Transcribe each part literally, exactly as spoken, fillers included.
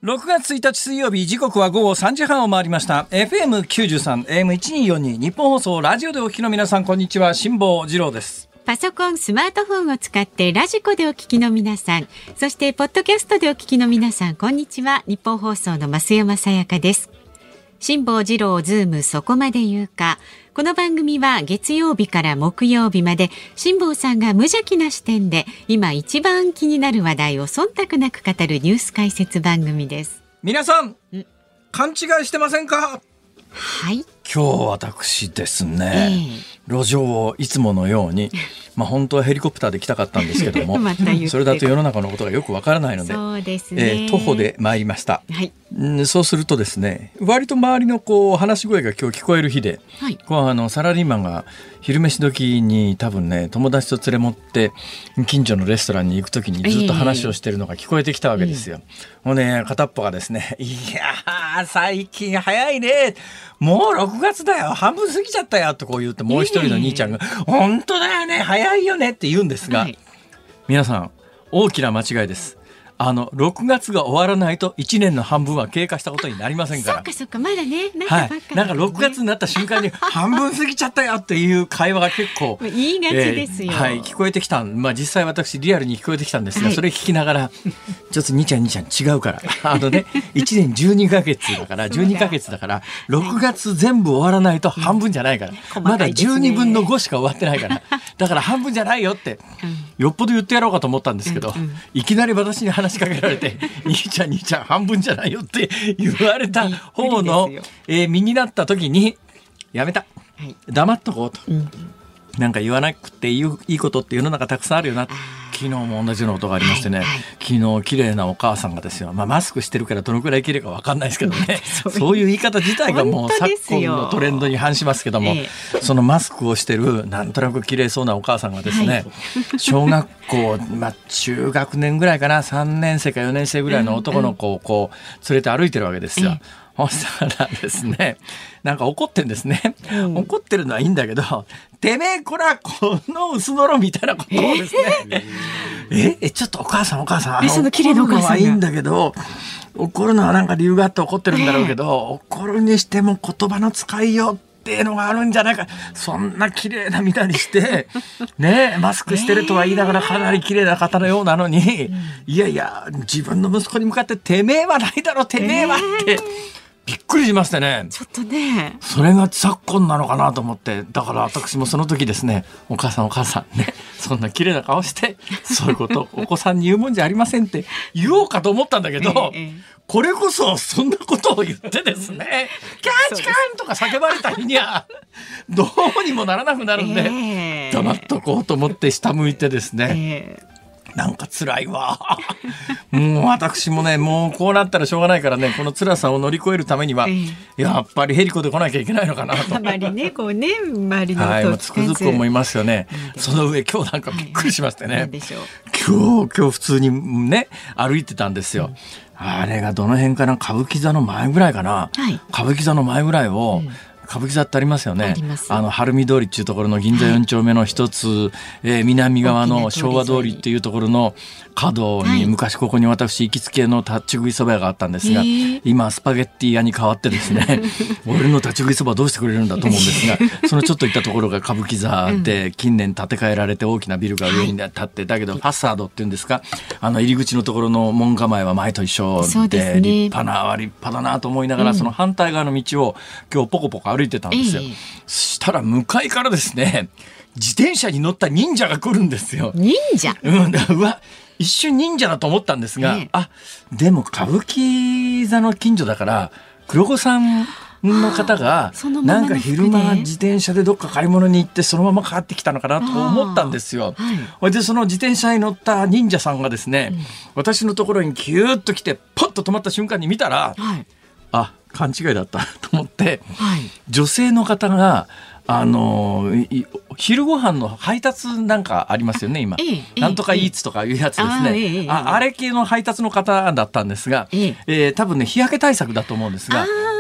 ろくがつついたち水曜日、時刻はごごさんじはんを回りました。 エフエムきゅうじゅうさん エーエムせんにひゃくよんじゅうに 日本放送ラジオでお聞きの皆さん、こんにちは。辛坊治郎です。 パソコン、スマートフォンを使ってラジコでお聞きの皆さん、そしてポッドキャストでお聞きの皆さん、こんにちは。日本放送の増山さやかです。辛坊治郎ズームそこまで言うか。この番組は月曜日から木曜日まで辛坊さんが無邪気な視点で今一番気になる話題を忖度なく語るニュース解説番組です。 皆さん勘違いしてませんか？ はい、 今日私ですね、えー、路上をいつものようにまあ本当はヘリコプターで来たかったんですけどもま、 それだと世の中のことがよくわからないので、 そうですね、 えー、徒歩で参りました、 はい、 んそうするとですね、割と周りのこう話し声が今日聞こえる日で、はい、こうあのサラリーマンが昼飯時に多分ね友達と連れ持って近所のレストランに行く時にずっと話をしてるのが聞こえてきたわけですよ、えー、もうね片っぽがですね、いや最近早いね、もうろくがつだよ、半分過ぎちゃったよとこう言って、もう一人の兄ちゃんが、えー、本当だよね、早いよねって言うんですが、はい、皆さん大きな間違いです。あのろくがつが終わらないといちねんの半分は経過したことになりませんから。 そっかそっか、まだね、なんかばっかり、ね、 はい、なんかろくがつになった瞬間に半分過ぎちゃったよっていう会話が結構言いがちですよ、 えーはい、聞こえてきた、まあ、実際私リアルに聞こえてきたんですが、はい、それ聞きながらちょっと兄ちゃん兄ちゃん違うからあのねいちねんじゅうにかげつだからじゅうにかげつだからろくがつ全部終わらないと半分じゃないから、うん、まだじゅうにぶんのごしか終わってないからだから半分じゃないよって、うん、よっぽど言ってやろうかと思ったんですけど、うんうん、いきなり私に話しかけられて兄ちゃん兄ちゃん半分じゃないよって言われた方の、えー、身になった時にやめた、はい、黙っとこうと、うん、なんか言わなくていい、いいことって世の中たくさんあるよな。昨日も同じようなことがありましてね、はいはい、昨日綺麗なお母さんがですよ、まあ、マスクしてるからどのくらい綺麗か分かんないですけどねそういう言い方自体がもう昨今のトレンドに反しますけども、ええ、そのマスクをしてるなんとなく綺麗そうなお母さんがですね、はい、小学校、まあ、中学年ぐらいかな、さんねんせいかよねんせいぐらいの男の子をこう連れて歩いてるわけですよ、ええ、そしたらですね、なんか怒ってんですね、うん、怒ってるのはいいんだけど、てめえこらこの薄のろみたいなことをですねええちょっとお母さんお母さん、 その綺麗なお母さんが怒るのはいいんだけど、怒るのはなんか理由があって怒ってるんだろうけど、えー、怒るにしても言葉の使いようっていうのがあるんじゃないか、そんな綺麗な見たりしてね、マスクしてるとは言いながらかなり綺麗な方のようなのに、えー、いやいや自分の息子に向かっててめえはないだろてめえはって、えーびっくりしましてね。 ちょっとね、 それが昨今なのかなと思って、だから私もその時ですね、お母さんお母さんね、そんな綺麗な顔してそういうことお子さんに言うもんじゃありませんって言おうかと思ったんだけど、ええ、これこそそんなことを言ってですねキャーチカーンとか叫ばれた日にはどうにもならなくなるんで、えー、黙っとこうと思って下向いてですね、えーなんか辛いわもう私もね、もうこうなったらしょうがないからね、この辛さを乗り越えるためには、えー、やっぱりヘリコで来なきゃいけないのかなとあまりね、こうね、周りのはい、つくづく思いますよね。その上今日なんかびっくりしましてね、はいはい、今日今日普通にね歩いてたんですよ、うん、あれがどの辺かな、歌舞伎座の前ぐらいかな、はい、歌舞伎座の前ぐらいを、うん、歌舞伎座ってありますよね。ああの晴海通りっていうところの銀座よんちょうめの一つ、はい、えー、南側の昭和通りっていうところの角に、はい、昔ここに私行きつけの立ち食いそば屋があったんですが、今スパゲッティ屋に変わってですね俺の立ち食いそばどうしてくれるんだと思うんですがそのちょっと行ったところが歌舞伎座で、近年建て替えられて大きなビルが上に立って、だけどファサードっていうんですか、あの入り口のところの門構えは前と一緒で立派な立派だなと思いながら、その反対側の道を今日ポコポコ歩いてたんですよ、えー、そしたら向かいからですね自転車に乗った忍者が来るんですよ。 忍者、 うん、うわ一瞬忍者だと思ったんですが、えー、あでも歌舞伎座の近所だから黒子さんの方がなんか昼間自転車でどっか買い物に行ってそのまま帰ってきたのかなと思ったんですよ、はい、でその自転車に乗った忍者さんがですね、うん、私のところにキューッと来てポッと止まった瞬間に見たら、はい、あ勘違いだったと思って、はい、女性の方があの昼ご飯の配達なんかありますよね今、ええ、なんとかイーツとかいうやつですね、あ, あ, あれ系の配達の方だったんですが、えええー、多分ね日焼け対策だと思うんですが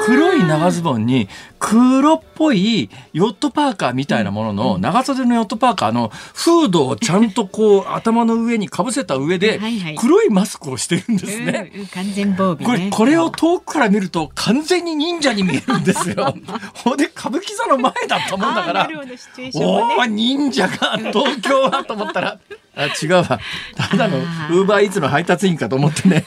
黒い長ズボンに黒っぽいヨットパーカーみたいなものの、長袖のヨットパーカーのフードをちゃんとこう頭の上にかぶせた上で黒いマスクをしてるんですね。 うんうん、完全防備ね。 これ、これを遠くから見ると完全に忍者に見えるんですよ。ほんで歌舞伎座の前だと思うんだから、おー忍者が東京はと思ったらあ違うわ、ただのウーバーイーツの配達員かと思ってね。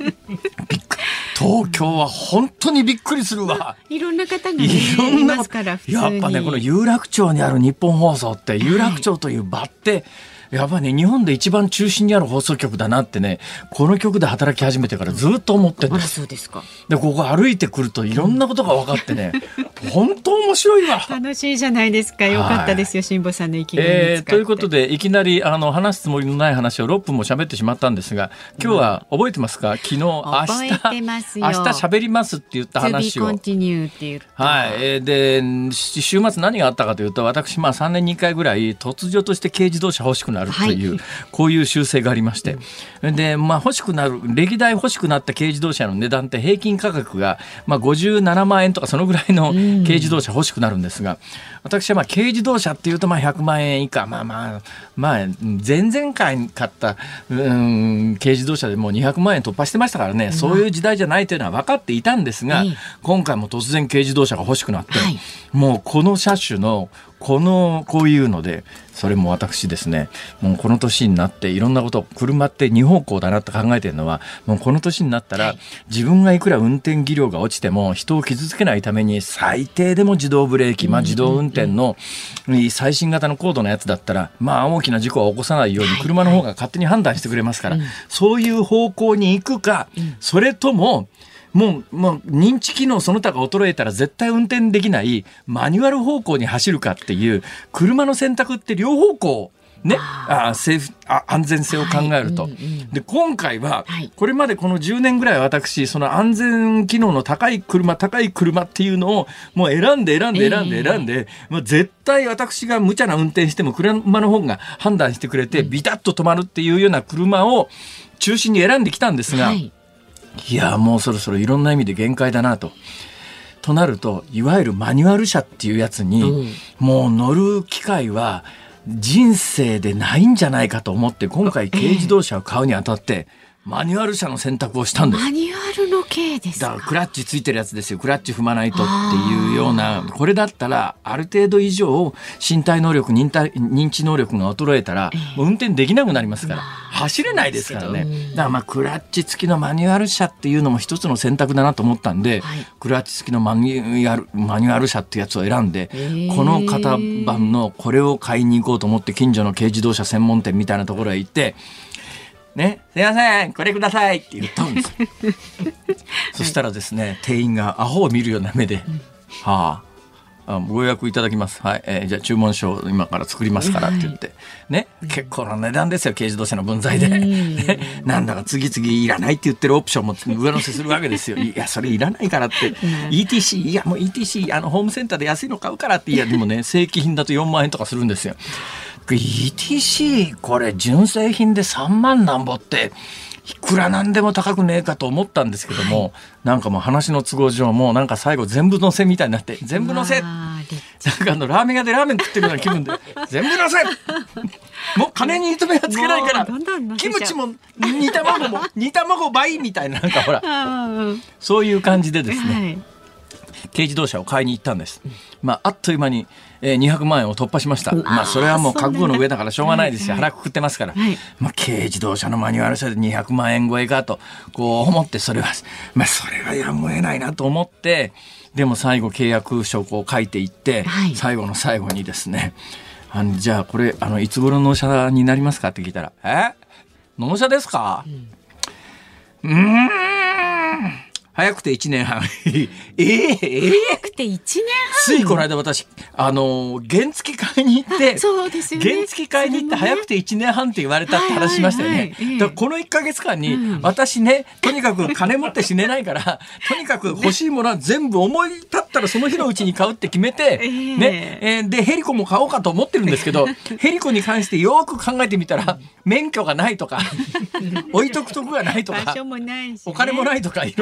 東京は本当にびっくりするわ。 いろんな方が、ね、 いろんな、 いますから普通に。 やっぱねこの有楽町にある日本放送って、有楽町という場って、はい、やっぱね日本で一番中心にある放送局だなってね、この局で働き始めてからずっと思ってるんです。 あ、そうですか。 でここ歩いてくるといろんなことが分かってね、うん、本当面白いわ。 楽しいじゃないですか。よかったですよ、はい、辛坊さんの意気込みに使って、えー、 ということでいきなりあの話すつもりのない話をろっぷんも喋ってしまったんですが、今日は覚えてますか？昨日明日覚えてますよ。 明日喋りますって言った話を To be continue って言った、 はい、えー、で週末何があったかというと、私まあさんねんにいっかいぐらい突如として軽自動車欲しくなるという、はい、こういう習性がありまして、うん、で、まあ、欲しくなる歴代欲しくなった軽自動車の値段って平均価格が、まあ、ごじゅうななまんえんとかそのぐらいの軽自動車欲しくなるんですが、私はまあ軽自動車っていうとまあひゃくまんえん以下、まあまあまあ前々回買ったうん軽自動車でもうにひゃくまんえん突破してましたからね、うん、そういう時代じゃないというのは分かっていたんですが、うん、今回も突然軽自動車が欲しくなって、はい、もうこの車種のこのこういうので、それも私ですね、もうこの年になっていろんなこと、車って二方向だなと考えてるのは、もうこの年になったら自分がいくら運転技量が落ちても人を傷つけないために最低でも自動ブレーキ、まあ、自動運転の最新型の高度なやつだったら、まあ、大きな事故は起こさないように車の方が勝手に判断してくれますから、そういう方向に行くか、それとももう、もう認知機能その他が衰えたら絶対運転できないマニュアル方向に走るかっていう、車の選択って両方向ね、ああセーフあ安全性を考えると、はいうんうん、で今回はこれまでこのじゅうねんぐらい私その安全機能の高い車高い車っていうのをもう選んで選んで選んで選んで、えー、もう絶対私が無茶な運転しても車の方が判断してくれてビタッと止まるっていうような車を中心に選んできたんですが、はいいやもうそろそろいろんな意味で限界だなと。となるといわゆるマニュアル車っていうやつに、うん、もう乗る機会は人生でないんじゃないかと思って、今回軽自動車を買うにあたってマニュアル車の選択をしたんです。 マニュアルの軽ですか？ だからクラッチついてるやつですよ。クラッチ踏まないとっていうような、これだったらある程度以上身体能力 認, 体認知能力が衰えたら、えー、もう運転できなくなりますから、走れないですからね。だからまあクラッチ付きのマニュアル車っていうのも一つの選択だなと思ったんで、はい、クラッチ付きのマニュアル、マニュアル車っていうやつを選んで、えー、この型番のこれを買いに行こうと思って近所の軽自動車専門店みたいなところへ行ってね、すいませんこれくださいって言ったんですよそしたらですね、店員がアホを見るような目で、うん、はあ、あご予約いただきます、はいえー、じゃあ注文書を今から作りますからって言って、はいね、結構な値段ですよ軽自動車の分際で、ね、なんだか次々いらないって言ってるオプションも上乗せするわけですよ。いやそれいらないからって、イーティーシー いやもう イーティーシー あのホームセンターで安いの買うからって、いやでもね正規品だとよんまんえんとかするんですよ。イーティーシー これ純正品でさんまんなんぼっていくらなんでも高くねえかと思ったんですけども、はい、なんかもう話の都合上もうなんか最後全部乗せみたいになって、全部乗せなんかあのラーメン屋でラーメン食ってるような気分で全部乗せもう金に糸目はつけないからキムチも煮卵も煮卵倍みたいな、なんかほらそういう感じでですね、はい、軽自動車を買いに行ったんです、まあ、あっという間にえー、にひゃくまんえんを突破しました。まあ、それはもう覚悟の上だからしょうがないですよ、腹くくってますから、はいまあ、軽自動車のマニュアル車でにひゃくまんえん超えかとこう思って、それは、まあ、それはやむを得ないなと思って、でも最後契約書を書いていって、はい、最後の最後にですね、あのじゃあこれあのいつ頃納車になりますかって聞いたら、え納車ですか、うん、うーん早くていちねんはんえー、えー、 早くていちねんはんついこの間私あの原付買いに行って、 そうですよね、 原付買いに行って早くていちねんはんって言われたって話しましたよね、はいはいはい、だからこのいっかげつかんに、うん、私ねとにかく金持って死ねないからとにかく欲しいものは全部思い立ったらその日のうちに買うって決めて、えーねえー、でヘリコも買おうかと思ってるんですけどヘリコに関してよく考えてみたら免許がないとか置いとくとこがないとか場所もないし、ね、 お金もないとかいろんな理由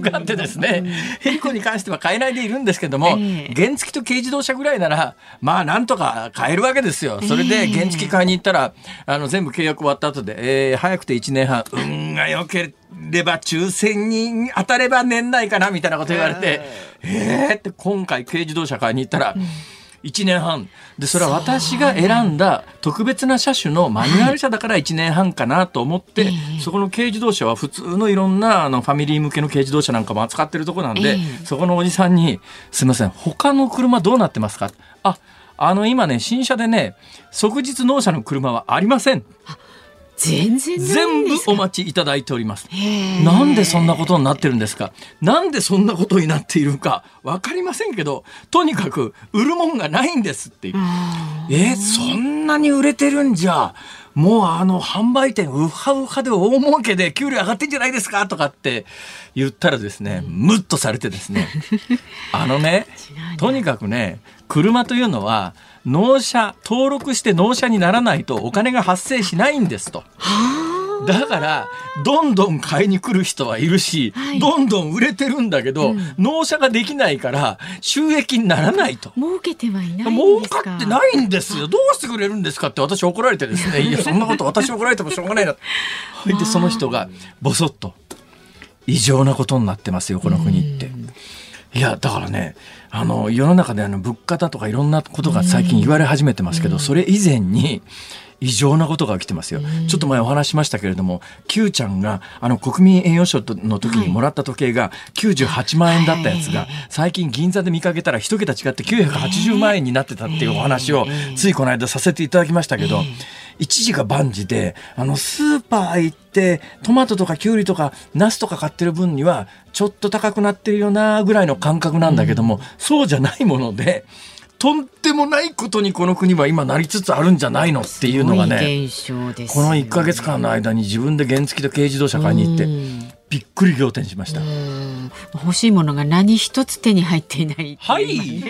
があってですね、ヘリコに関しては買えないでいるんですけども、えー、原付と軽自動車ぐらいならまあなんとか買えるわけですよ。それで原付買いに行ったら、あの全部契約終わった後で、えー、早くていちねんはん、運が良ければ抽選に当たれば年内かなみたいなこと言われて、えーって今回軽自動車買いに行ったら、うん、いちねんはんで、それは私が選んだ特別な車種のマニュアル車だからいちねんはんかなと思って、はい、そこの軽自動車は普通のいろんなあのファミリー向けの軽自動車なんかも扱ってるとこなんで、えー、そこのおじさんにすいません他の車どうなってますか、ああの今ね新車でね即日納車の車はありません、 全然ない全部お待ちいただいております。なんでそんなことになってるんですか、なんでそんなことになっているか分かりませんけど、とにかく売るもんがないんですっていう。えー、そんなに売れてるんじゃもうあの販売店ウハウハで大儲けで給料上がってんじゃないですかとかって言ったらですね、ムッとされてですねあのねとにかくね車というのは納車登録して納車にならないとお金が発生しないんですと。だからどんどん買いに来る人はいるし、はい、どんどん売れてるんだけど、うん、納車ができないから収益にならないと。 儲けてはいないんですか。 儲かってないんですよ。どうしてくれるんですかって私怒られてですねいやそんなこと私怒られてもしょうがないなでその人がボソッと異常なことになってますよこの国って。いやだからねあの世の中であの物価だとかいろんなことが最近言われ始めてますけど、それ以前に異常なことが起きてますよ。ちょっと前お話しましたけれども、Q ちゃんがあの国民栄誉賞の時にもらった時計がきゅうじゅうはちまんえんだったやつが最近銀座で見かけたら一桁違ってきゅうひゃくはちじゅうまんえんになってたっていうお話をついこの間させていただきましたけど、一時が万事であのスーパー行ってトマトとかキュウリとかナスとか買ってる分にはちょっと高くなってるよなぐらいの感覚なんだけども、そうじゃないものでとんでもないことにこの国は今なりつつあるんじゃないのっていうのがね、このいっかげつかんの間に自分で原付と軽自動車買いに行ってびっくり仰天しました。 欲しいものが何一つ手に入っていない、 はい、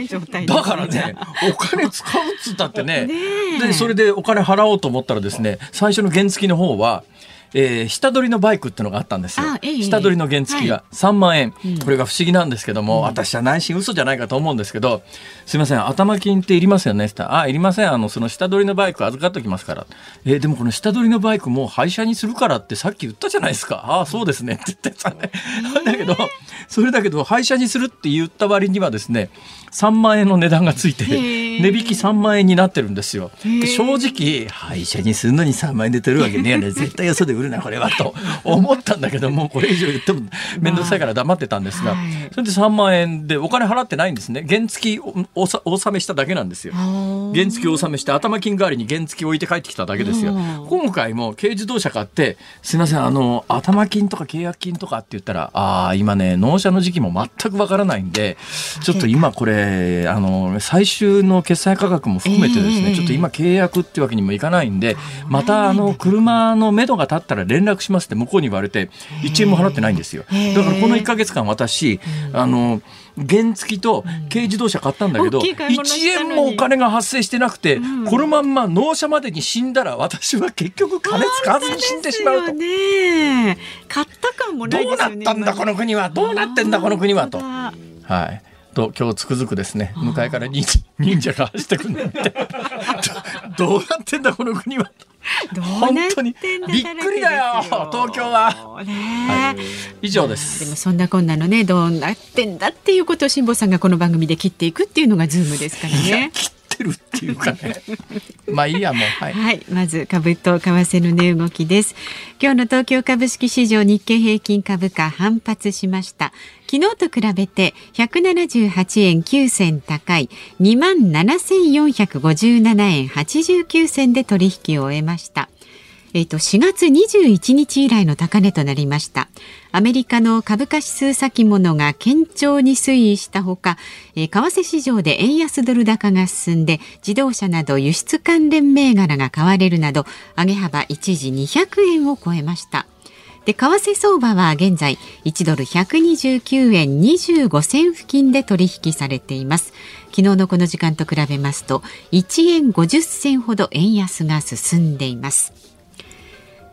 だからねお金使うっつったってねでそれでお金払おうと思ったらですね、最初の原付の方はえー、下取りのバイクってのがあったんですよ。ええ、下取りの原付がさんまんえん、はい、これが不思議なんですけども、うん、私は内心嘘じゃないかと思うんですけど、すいません頭金っていりますよねって言ったら、あいりません、あのその下取りのバイク預かっておきますから、えー、でもこの下取りのバイクもう廃車にするからってさっき言ったじゃないですか。ああそうですねって言ってさ、ね、だけどそれだけど廃車にするって言った割にはですねさんまんえんの値段がついて値引きさんまんえんになってるんですよ。で正直廃車にするのにさんまんえんで取るわけねえよね絶対よそで売るなこれはと思ったんだけども、これ以上言っても面倒くさいから黙ってたんですが、それでさんまんえんでお金払ってないんですね。原付おさお納めしただけなんですよ。原付を納めして頭金代わりに原付置いて帰ってきただけですよ。今回も軽自動車買ってすいませんあの頭金とか契約金とかって言ったら、あ今ね納車の時期も全くわからないんでちょっと今これあの最終の決済価格も含めてですね、えー、ちょっと今契約ってわけにもいかないんで、またあの車の目処が立ったら連絡しますって向こうに言われていちえんも払ってないんですよ。だからこのいっかげつかん私あの原付と軽自動車買ったんだけど、うん、いちえんもお金が発生してなくて、うん、このまんま納車までに死んだら私は結局金使わずに死んでしまうと、 ね、買った感もないですよね。 どうなったんだこの国は、どうなってんだこの国はと、はいと今日つくづくですね、向かいから忍者が走ってくるんでど, どうなってんだこの国は本当にびっくりだよ東京は、ねはい、以上です。 でもそんなこんなのねどうなってんだっていうことを辛坊さんがこの番組で切っていくっていうのがズームですからね。 切ってるっていうかねまあいいやもう、はい、 はい、まず株と為替の値動きです。今日の東京株式市場日経平均株価反発しました。昨日と比べてひゃくななじゅうはちえんきゅうせん高い にまんななせんよんひゃくごじゅうななえんはちじゅうきゅうせんで取引を終えました。えーと、しがつにじゅういちにち以来の高値となりました。アメリカの株価指数先物が堅調に推移したほか、えー、為替市場で円安ドル高が進んで自動車など輸出関連銘柄が買われるなど上げ幅一時にひゃくえんを超えました。で為替相場は現在いちドルひゃくにじゅうきゅうえんにじゅうごせん付近で取引されています。昨日のこの時間と比べますといちえんごじゅっせんほど円安が進んでいます。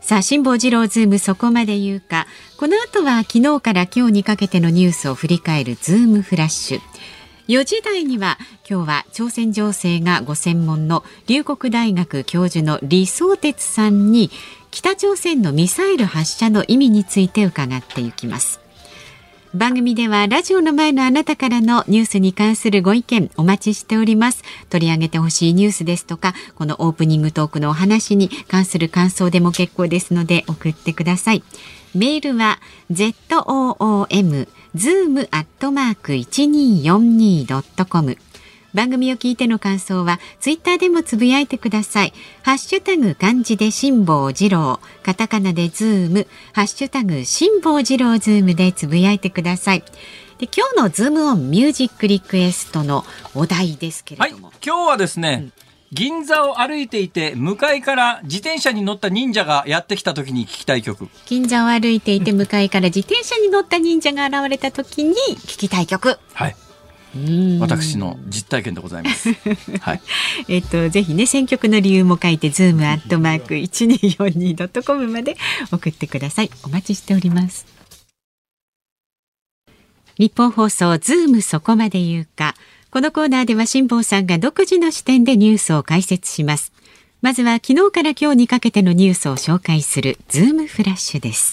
さあ辛坊治郎ズームそこまで言うか。この後は昨日から今日にかけてのニュースを振り返るズームフラッシュ。よじ台には今日は朝鮮情勢がご専門の龍谷大学教授の李相哲さんに北朝鮮のミサイル発射の意味について伺っていきます。番組ではラジオの前のあなたからのニュースに関するご意見お待ちしております。取り上げてほしいニュースですとか、このオープニングトークのお話に関する感想でも結構ですので送ってください。メールは ズーム ズーム アットマーク いちにーよんにー ドットコム。番組を聞いての感想はツイッターでもつぶやいてください。ハッシュタグ漢字で辛坊治郎、カタカナでズーム、ハッシュタグ辛坊治郎ズームでつぶやいてください。で、今日のズームオンミュージックリクエストのお題ですけれども、 はい、今日はですね、うん、銀座を歩いていて向かいから自転車に乗った忍者がやってきた時に聞きたい曲。 銀座を歩いていて向かいから自転車に乗った忍者が現れた時に聞きたい曲。 はい、私の実体験でございます。はい、 えっとぜひね、選曲の理由も書いて ズーム アットマーク いちにーよんにー ドットコム まで送ってください。お待ちしております。日本放送ズームそこまで言うか。このコーナーでは辛坊さんが独自の視点でニュースを解説します。まずは昨日から今日にかけてのニュースを紹介するズームフラッシュです。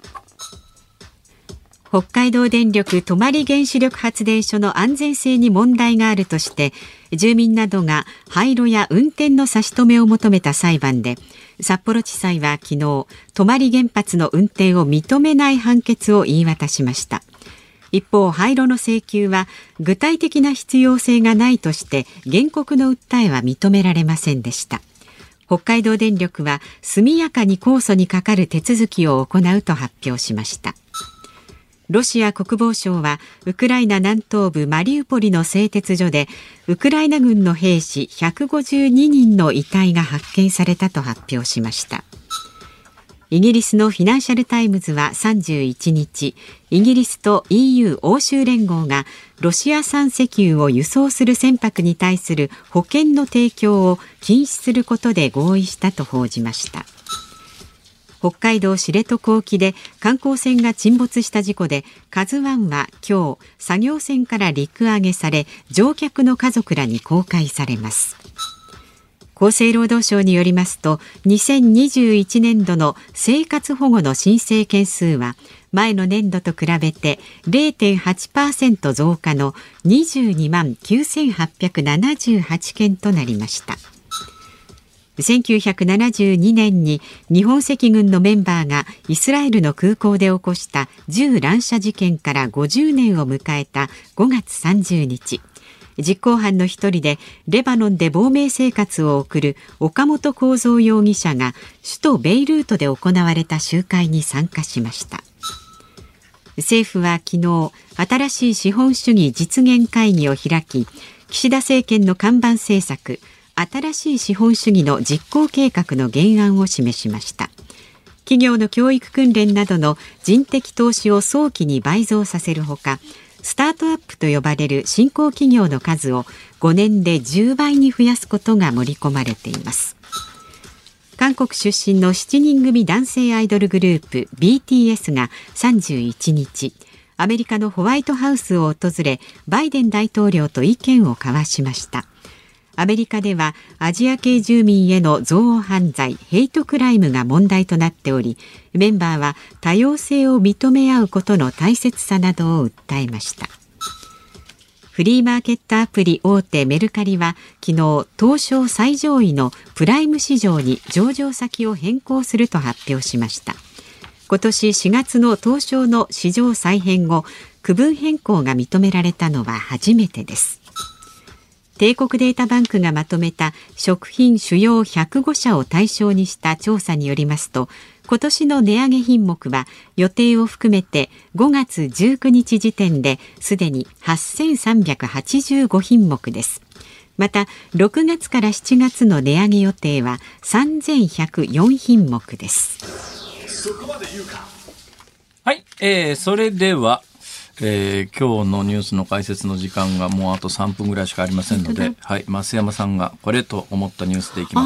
北海道電力泊原子力発電所の安全性に問題があるとして住民などが廃炉や運転の差し止めを求めた裁判で、札幌地裁は昨日泊原発の運転を認めない判決を言い渡しました。一方、廃炉の請求は具体的な必要性がないとして原告の訴えは認められませんでした。北海道電力は速やかに控訴にかかる手続きを行うと発表しました。ロシア国防省はウクライナ南東部マリウポリの製鉄所でウクライナ軍の兵士ひゃくごじゅうににんの遺体が発見されたと発表しました。イギリスのフィナンシャルタイムズはさんじゅういちにち、イギリスと イーユー 欧州連合がロシア産石油を輸送する船舶に対する保険の提供を禁止することで合意したと報じました。北海道知床沖で観光船が沈没した事故でカズワンは今日作業船から陸揚げされ、乗客の家族らに公開されます。厚生労働省によりますと、にせんにじゅういちねんどの生活保護の申請件数は前の年度と比べて れいてんはちパーセント 増加のにじゅうにまんきゅうせんはっぴゃくななじゅうはちけんとなりました。せんきゅうひゃくななじゅうにねんに日本赤軍のメンバーがイスラエルの空港で起こした銃乱射事件からごじゅうねんを迎えたごがつさんじゅうにち、実行犯の一人でレバノンで亡命生活を送る岡本公三容疑者が首都ベイルートで行われた集会に参加しました。政府は昨日、新しい資本主義実現会議を開き、岸田政権の看板政策、新しい資本主義の実行計画の原案を示しました。企業の教育訓練などの人的投資を早期に倍増させるほか、スタートアップと呼ばれる新興企業の数をごねんでじゅうばいに増やすことが盛り込まれています。韓国出身のしちにん組男性アイドルグループ ビーティーエス がさんじゅういちにち、アメリカのホワイトハウスを訪れ、バイデン大統領と意見を交わしました。アメリカではアジア系住民への憎悪犯罪、ヘイトクライムが問題となっており、メンバーは多様性を認め合うことの大切さなどを訴えました。フリーマーケットアプリ大手メルカリは昨日、東証最上位のプライム市場に上場先を変更すると発表しました。今年しがつの東証の市場再編後、区分変更が認められたのは初めてです。帝国データバンクがまとめた食品主要ひゃくごしゃを対象にした調査によりますと、今年の値上げ品目は予定を含めてごがつじゅうくにち時点ですでにはっせんさんびゃくはちじゅうごひんもくです。またろくがつからしちがつの値上げ予定はさんぜんひゃくよんひんもくです。 そこまで言うか。はい、えー、それではえー、今日のニュースの解説の時間がもうあとさんぷんぐらいしかありませんので、はい、増山さんがこれと思ったニュースでいきます。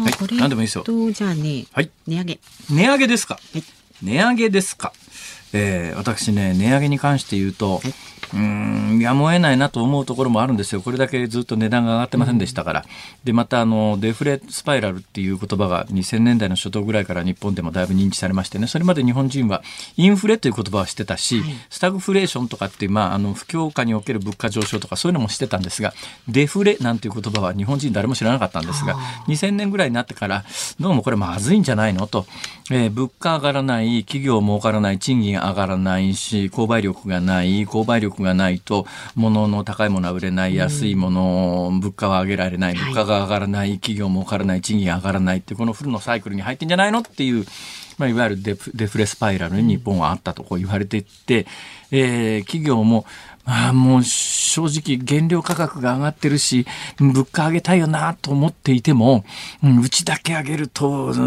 はい、 これ何でもいいですよ。 じゃあね、 はい、 値上げ。 値上げですか。 はい、 値上げですか。えー、私ね、値上げに関して言うと、はい、うーんやむを得ないなと思うところもあるんですよ。これだけずっと値段が上がってませんでしたから、うん、でまたあのデフレスパイラルっていう言葉がにせんねんだいの初頭ぐらいから日本でもだいぶ認知されましてね、それまで日本人はインフレという言葉をしてたし、はい、スタグフレーションとかっていう、まあ、あの不況下における物価上昇とかそういうのもしてたんですが、デフレなんていう言葉は日本人誰も知らなかったんですが、にせんねんぐらいになってからどうもこれまずいんじゃないのと、えー、物価上がらない、企業儲からない、賃金上がらないし、購買力がない、購買力がないと物の高いものは売れない、安いもの、物価は上げられない、物価が上がらない、企業儲からない、賃金上がらないってこのフルのサイクルに入ってんじゃないのっていう、まあ、いわゆるデフ、デフレスパイラルに日本はあったとこう言われていって、えー、企業もまあ、もう正直原料価格が上がってるし物価上げたいよなと思っていても、うん、うちだけ上げると、うん、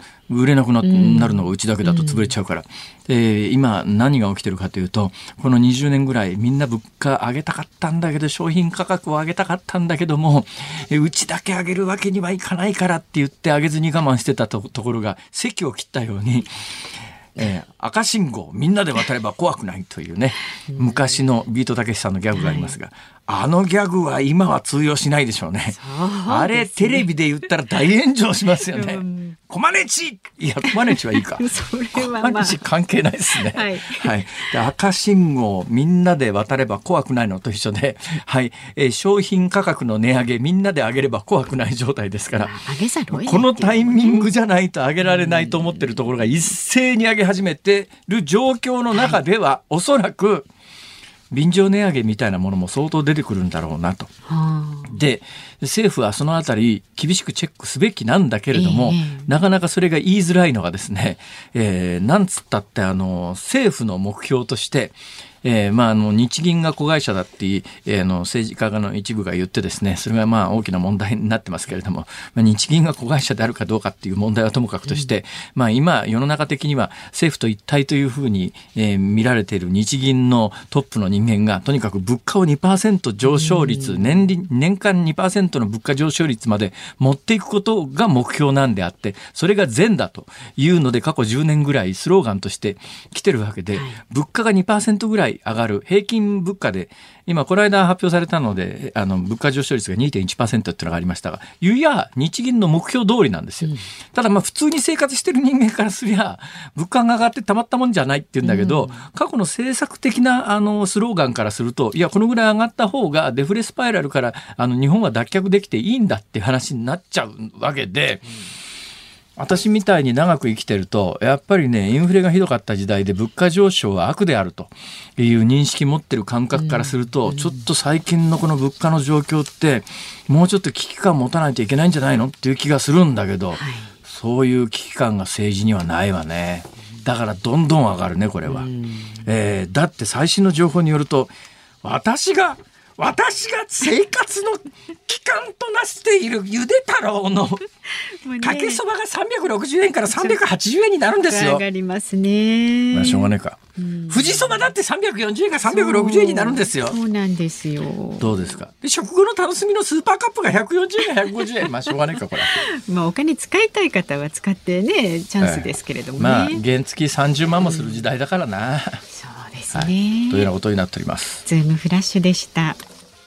売れなく な,、うん、なるのがうちだけだと潰れちゃうから、うんえー、今何が起きてるかというと、このにじゅうねんぐらいみんな物価上げたかったんだけど、商品価格を上げたかったんだけども、うちだけ上げるわけにはいかないからって言って上げずに我慢してた と, ところが席を切ったように、えー、赤信号みんなで渡れば怖くないというね、昔のビートたけしさんのギャグがありますが、はい、あのギャグは今は通用しないでしょうね。あれテレビで言ったら大炎上しますよね、うん、コマネチ、いやコマネチはいいかそれは、まあ、 コマネチ関係ないですね、 はいはい、で赤信号みんなで渡れば怖くないのと一緒で、はいえー、商品価格の値上げみんなで上げれば怖くない状態ですから、 上げざるを得ない、 このタイミングじゃないと上げられないと思ってるところが一斉に上げ始めてる状況の中では、はい、おそらく便乗値上げみたいなものも相当出てくるんだろうなと。で、政府はそのあたり厳しくチェックすべきなんだけれども、えー、なかなかそれが言いづらいのがですね、えー、なんつったってあの政府の目標としてえーまあ、あの日銀が子会社だって、えー、の政治家の一部が言ってですね、それがまあ大きな問題になってますけれども、まあ、日銀が子会社であるかどうかっていう問題はともかくとして、うんまあ、今世の中的には政府と一体というふうに、えー、見られている日銀のトップの人間がとにかく物価を にパーセント 上昇率、うん、年, 年間 にパーセント の物価上昇率まで持っていくことが目標なんであって、それが善だというので過去じゅうねんぐらいスローガンとして来てるわけで、はい、物価が にパーセント ぐらい上がる平均物価で、今この間発表されたのであの物価上昇率が にてんいちパーセント っていうのがありましたが、いや日銀の目標通りなんですよ、うん、ただまあ普通に生活してる人間からすりゃ物価が上がってたまったもんじゃないっていうんだけど、うん、過去の政策的なあのスローガンからすると、いやこのぐらい上がった方がデフレスパイラルからあの日本は脱却できていいんだって話になっちゃうわけで、うん私みたいに長く生きてるとやっぱりね、インフレがひどかった時代で物価上昇は悪であるという認識持ってる感覚からすると、うん、ちょっと最近のこの物価の状況ってもうちょっと危機感持たないといけないんじゃないのっていう気がするんだけど、はい、そういう危機感が政治にはないわね。だからどんどん上がるねこれは、うんえー、だって最新の情報によると私が私が生活の基幹となしているゆで太郎のかけそばがさんびゃくろくじゅうえんからさんびゃくはちじゅうえんになるんですよ。 上がりますね。 まあしょうがないか。富士そばだってさんびゃくよんじゅうえんからさんびゃくろくじゅうえんになるんですよ。 そうなんですよ。 どうですか。で食後の楽しみのスーパーカップがひゃくよんじゅうえんかひゃくごじゅうえんまあしょうがないかこれ。 まあお金使いたい方は使ってねチャンスですけれどもね。 まあ原付さんじゅうまんもする時代だからな。うん、 そうですね、はい。というようなことになっております。 ズームフラッシュでした。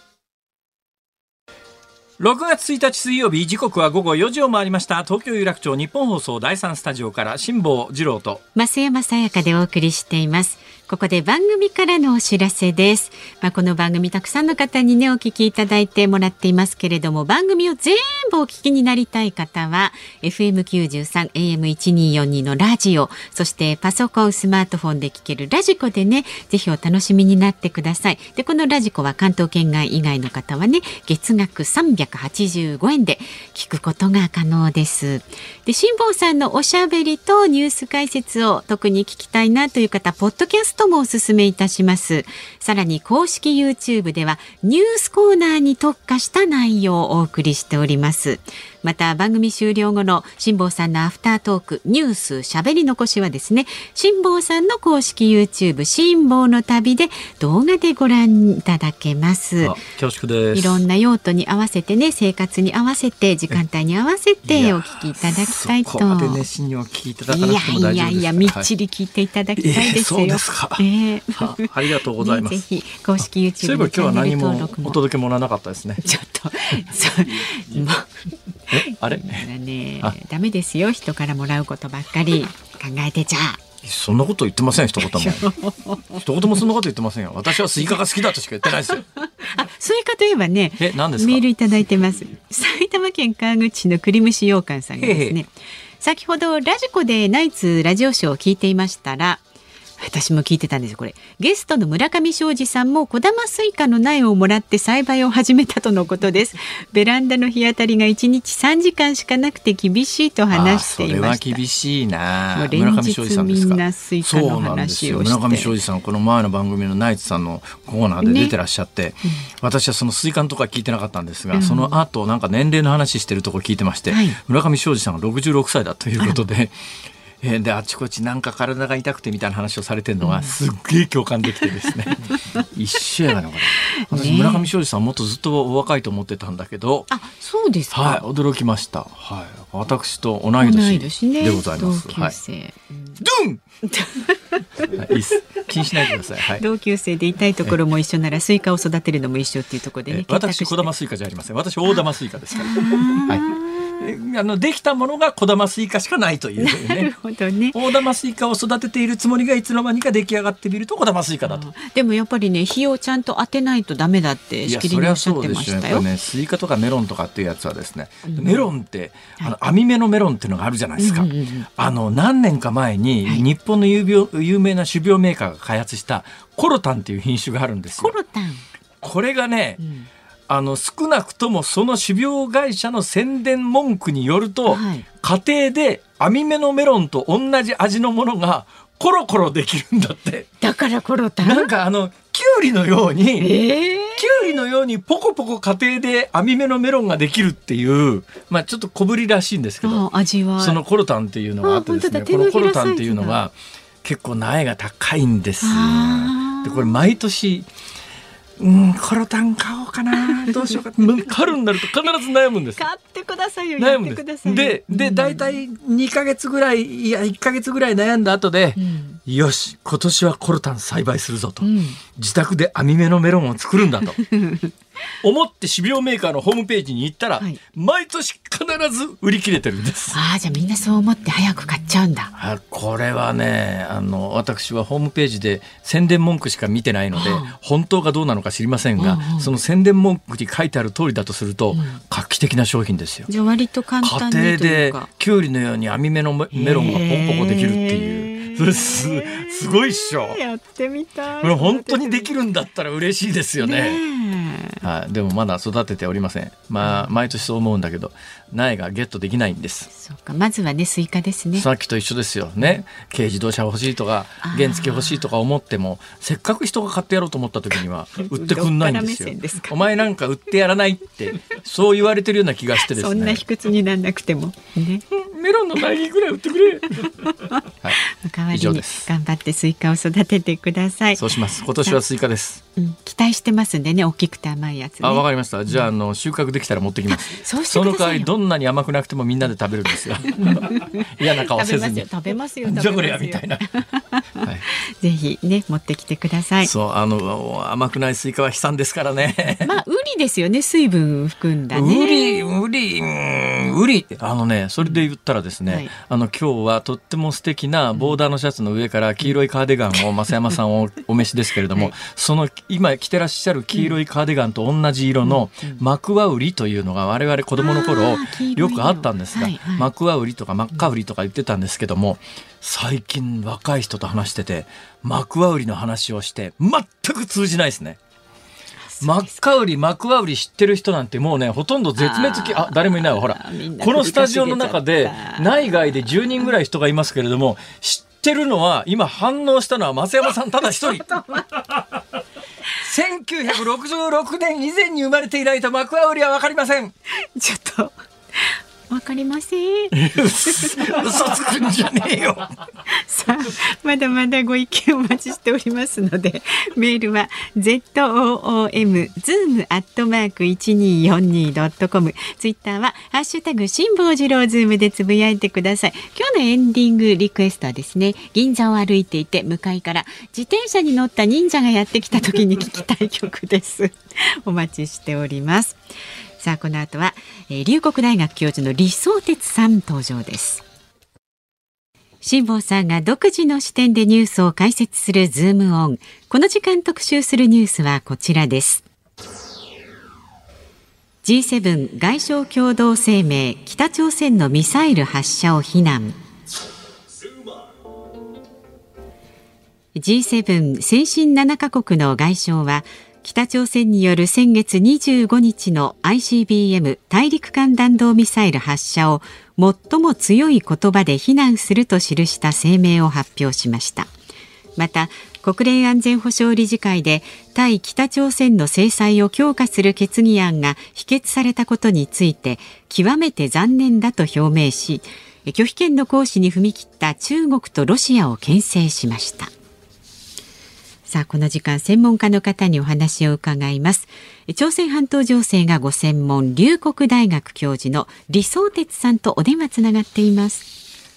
ろくがつついたち水曜日、時刻は午後よじを回りました。東京有楽町日本放送だいさんスタジオから辛坊治郎と増山さやかでお送りしています。ここで番組からのお知らせです。まあ、この番組たくさんの方にねお聞きいただいてもらっていますけれども、番組を全部お聞きになりたい方は エフエムきゅうじゅうさん エーエムせんにひゃくよんじゅうに のラジオ、そしてパソコンスマートフォンで聞けるラジコでねぜひお楽しみになってください。でこのラジコは関東圏外以外の方はね月額さんびゃくはちじゅうごえんで聞くことが可能です。で辛坊さんのおしゃべりとニュース解説を特に聞きたいなという方、ポッドキャストともお勧めいたします。さらに公式 YouTube ではニュースコーナーに特化した内容をお送りしております。また番組終了後の辛坊さんのアフタートークニュースしゃべり残しはですね、辛坊さんの公式 YouTube 辛坊の旅で動画でご覧いただけます。 恐縮です。 いろんな用途に合わせてね、生活に合わせて時間帯に合わせてお聞きいただきたいと。 そこまで熱心にお聞きいただかなくても大丈夫です。 いやいやいや、みっちり聞いていただきたいですよ。 はい、えー、そうですか、えー、あ, ありがとうございます、 ね、ぜひ公式 YouTube そういえば今日は何もお届け物はなかったですね。 ちょっとそうもうえあれね、あダメですよ、人からもらうことばっかり考えてちゃ。 そんなこと言ってません、一言も一言もそんなこと言ってませんよ。私はスイカが好きだとしか言ってないですよ。 あ、スイカといえばね、 え何ですか、 メールいただいてます。埼玉県川口市の栗蒸し羊羹さんがですね、へへ、先ほどラジコでナイツラジオショーを聞いていましたら、私も聞いてたんですよ。これゲストの村上昌司さんも小玉スイカの苗をもらって栽培を始めたとのことです。ベランダの日当たりがいちにちさんじかんしかなくて厳しいと話していました。 あ、それは厳しいな。 連日みんなスイカの話をして。 村上昌司さん、この前の番組のナイツさんのコーナーで出てらっしゃって、ね、うん、私はそのスイカのとか聞いてなかったんですが、うん、その後なんか年齢の話してるとこ聞いてまして、はい、村上昌司さんがろくじゅうろくさいだということで、えー、であちこちなんか体が痛くてみたいな話をされてるのがすっげえ共感できてですね、うん、一緒やがなこれ。私、ね、村上昌司さんもっとずっとお若いと思ってたんだけど、 あ、そうですか、 はい、驚きました、はい、私と同い年でございます。 同級生、はい、 ドゥンはい、いいっす、気にしないでください、はい、 同級生で痛いところも一緒ならスイカを育てるのも一緒っていうところでね、 私小玉スイカじゃありません。私大玉スイカですから、はい、あのできたものが小玉スイカしかないというね。なるほどね。大玉スイカを育てているつもりがいつの間にか出来上がってみると小玉スイカだと。 でもやっぱりね、火をちゃんと当てないとダメだってしきりにおっしゃってましたよ。いや、それはそうですよ。やっぱね、 スイカとかメロンとかっていうやつはですね、うん、メロンってあの網目のメロンっていうのがあるじゃないですか、うんうんうん、あの何年か前に日本の有病、有名な種苗メーカーが開発したコロタンっていう品種があるんですよ。 コロタン、 これがね、うん、あの少なくともその種苗会社の宣伝文句によると、はい、家庭で網目のメロンと同じ味のものがコロコロできるんだって。 だからコロタン、 なんかあのキュウリのように、えー、キュウリのようにポコポコ家庭で網目のメロンができるっていう、まあ、ちょっと小ぶりらしいんですけど、 味はそのコロタンっていうのがあってですね、このコロタンっていうのは結構苗が高いんですよ。でこれ毎年うん、コロタン買おうかな、どうしようか春になると必ず悩むんです。 買ってくださいよ、 悩むんです。やってくださいよ。で、で、大体にかげつぐらい、いやいっかげつぐらい悩んだ後で、うん、よし今年はコロタン栽培するぞと、うん、自宅で網目のメロンを作るんだと思って種苗メーカーのホームページに行ったら、はい、毎年必ず売り切れてるんです。 ああ、じゃあみんなそう思って早く買っちゃうんだ。 あ、これはね、あの私はホームページで宣伝文句しか見てないので、はあ、本当かどうなのか知りませんが、はあ、その宣伝文句に書いてある通りだとすると、うん、画期的な商品ですよ。 じゃあ割と簡単にというか、 家庭でキュウリのように網目のメロンがポンポコできるっていう、す, すごいっしょ。 やってみたい。 これ本当にできるんだったら嬉しいですよね。はい、でもまだ育てておりません。まあ毎年そう思うんだけど苗がゲットできないんです。 そうか、まずはね、スイカですね。 さっきと一緒ですよね。軽自動車欲しいとか原付欲しいとか思っても、せっかく人が買ってやろうと思った時には売ってくんないんですよ。ですお前なんか売ってやらないってそう言われてるような気がしてですね。 そんな卑屈になんなくてもね。 メロンの苗木ぐらい売ってくれ。はい、 代わりに頑張ってスイカを育ててください。 そうします。今年はスイカです。 うん、期待してますんでね、大きくて甘いやつ、ね。 あ、わかりました。じゃあ、あの収穫できたら持ってきます。 そうしてくださいよ。 その代わりどんなに甘くなくてもみんなで食べるんですよ。嫌な顔せずに。 食べますよ。食べますよ。 じゃこれやみたいな。 はい、ぜひね持ってきてください。 そう、あの甘くないスイカは悲惨ですからね。 まあウリですよね、水分含んだね。 ウリウリウリあのね、それで言ったらですね、はい、あの今日はとっても素敵なボーダーのシャツの上から黄色いカーディガンを増山さんをお召しですけれども、はい、その今着てらっしゃる黄色いカーディガンと同じ色のマクワウリというのが我々子供の頃よくあったんですが、はいはい、マクワウリとかマッカウリとか言ってたんですけども、最近若い人と話しててマクワウリの話をして全く通じないですね。マッカウリマクワウリ知ってる人なんてもうねほとんど絶滅期、あ誰もいないわ。ほらこのスタジオの中で内外でじゅうにんぐらい人がいますけれども、知っってるのは今反応したのは増山さんただ一人。せんきゅうひゃくろくじゅうろくねん以前に生まれていないとマクワウリは分かりません。 ちょっとわかりません。 嘘つくんじゃねえよ。 さあ、まだまだご意見お待ちしておりますので、メールは ズーム ズーム アットマーク いちにーよんにー ドットコム、ツイッターはハッシュタグ辛坊治郎ズームでつぶやいてください。今日のエンディングリクエストはですね、銀座を歩いていて向かいから自転車に乗った忍者がやってきた時に聞きたい曲です。お待ちしております。さあ、この後は、えー、龍谷大学教授の李相哲さん登場です。辛坊さんが独自の視点でニュースを解説するズームオン。この時間特集するニュースはこちらです。 ジーセブン 外相共同声明、北朝鮮のミサイル発射を非難。 ジーセブン 先進ななカ国の外相は北朝鮮による先月にじゅうごにちの アイシービーエム 大陸間弾道ミサイル発射を最も強い言葉で非難すると記した声明を発表しました。また国連安全保障理事会で対北朝鮮の制裁を強化する決議案が否決されたことについて極めて残念だと表明し、拒否権の行使に踏み切った中国とロシアを牽制しました。さあ、この時間専門家の方にお話を伺います。朝鮮半島情勢がご専門、龍谷大学教授の李相哲さんとお電話つながっています。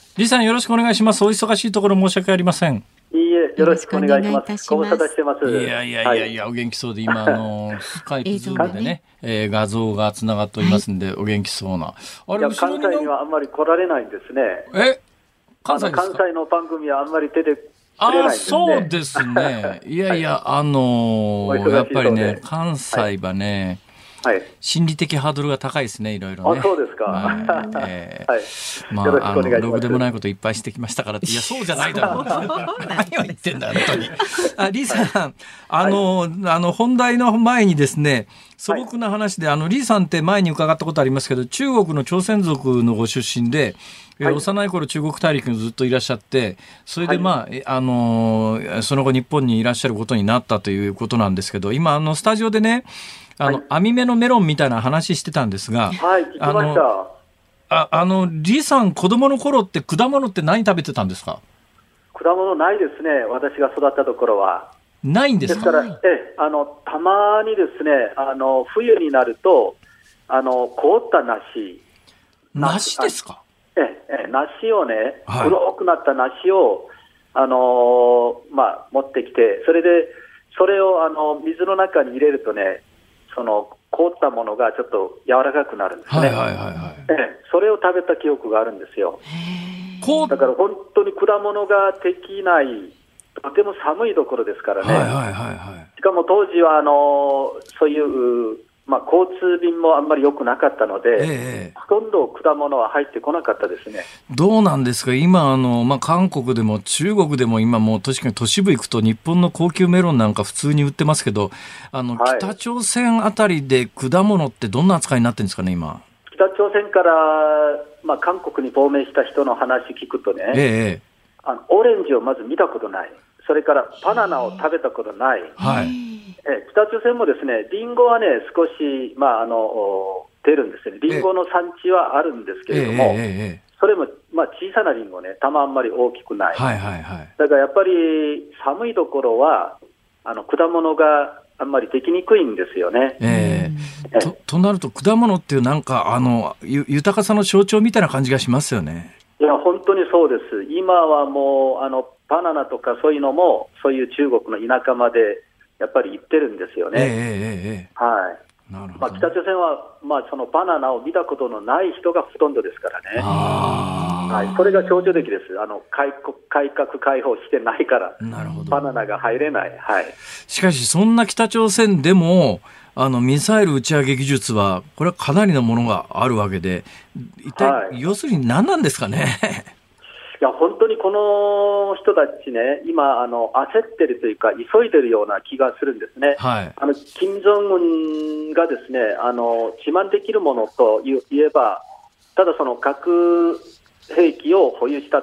李さん、よろしくお願いします。お忙しいところ申し訳ありません。 いいえ、よろしくお願いします。ご無沙汰してます。 いやいやいやいや、はい、お元気そうで、今あのスカイプズームでね、えー、画像がつながっておりますんで、はい、お元気そうな。あれ、 いや、関西にはあんまり来られないんですね。 え、関西ですか？ 関西の番組はあんまり出てああ、そうですね。いやいや、あのー、やっぱりね、関西はね、はい、心理的ハードルが高いですね、いろいろね。 あ、そうですか。 はいえーはい、まあ、あの、ろくでもないこといっぱいしてきましたからって、いや、そうじゃないだろう。何を言ってんだ、本当に。あ、李さん、あの、はい、あの、本題の前にですね、素朴な話で、はい、あの、李さんって前に伺ったことありますけど、中国の朝鮮族のご出身で、はい、幼い頃中国大陸にずっといらっしゃって、それでまあ、はい、あのその後日本にいらっしゃることになったということなんですけど、今あのスタジオでね、あの、はい、網目のメロンみたいな話してたんですが、 はい、聞きました。 あ、あの李さん、子供の頃って果物って何食べてたんですか？ 果物ないですね、私が育ったところは。 ないんですか？ ですから、えあのたまにですね、あの冬になるとあの凍った梨。 梨ですか？ ええ、梨をね、はい、黒くなった梨を、あのーまあ、持ってきて、それでそれをあの水の中に入れるとね、その凍ったものがちょっと柔らかくなるんですね。はいはいはいはい、ええ、それを食べた記憶があるんですよ。だから本当に果物ができない、とても寒いところですからね。はいはいはいはい、しかも当時はあのそういうまあ、交通便もあんまり良くなかったので、ええ、ほとんど果物は入ってこなかったですね。 どうなんですか今あの、まあ、韓国でも中国でも今もう確かに都市部行くと日本の高級メロンなんか普通に売ってますけど、あの、はい、北朝鮮あたりで果物ってどんな扱いになってるんですかね今？ 北朝鮮から、まあ、韓国に亡命した人の話聞くとね、ええ、あのオレンジをまず見たことない、それからバナナを食べたことない、はい、え北朝鮮もですね、リンゴはね少し、まあ、あの出るんですよね。リンゴの産地はあるんですけれども、ええええ、それも、まあ、小さなリンゴね、玉あんまり大きくない、はいはいはい、だからやっぱり寒いところはあの果物があんまりできにくいんですよね。 ええ、と, となると果物っていうなんかあの豊かさの象徴みたいな感じがしますよね。 いや本当にそうです。今はもうあのバナナとかそういうのもそういう中国の田舎までやっぱり行ってるんですよね。えーえー、はい。なるほど。まあ、北朝鮮は、まあ、そのバナナを見たことのない人がほとんどですからね。あ、はい、それが象徴的です。あの 改, 改革開放してないからなるほどバナナが入れない、はい、 しかしそんな北朝鮮でもあのミサイル打ち上げ技術はこれはかなりのものがあるわけで、一体、はい、要するに何なんですかね。 いや本当にこの人たちね、今あの焦ってるというか急いでるような気がするんですね。はい、あの金正恩がですね、あの自慢できるものといえばただその核兵器を保有したと、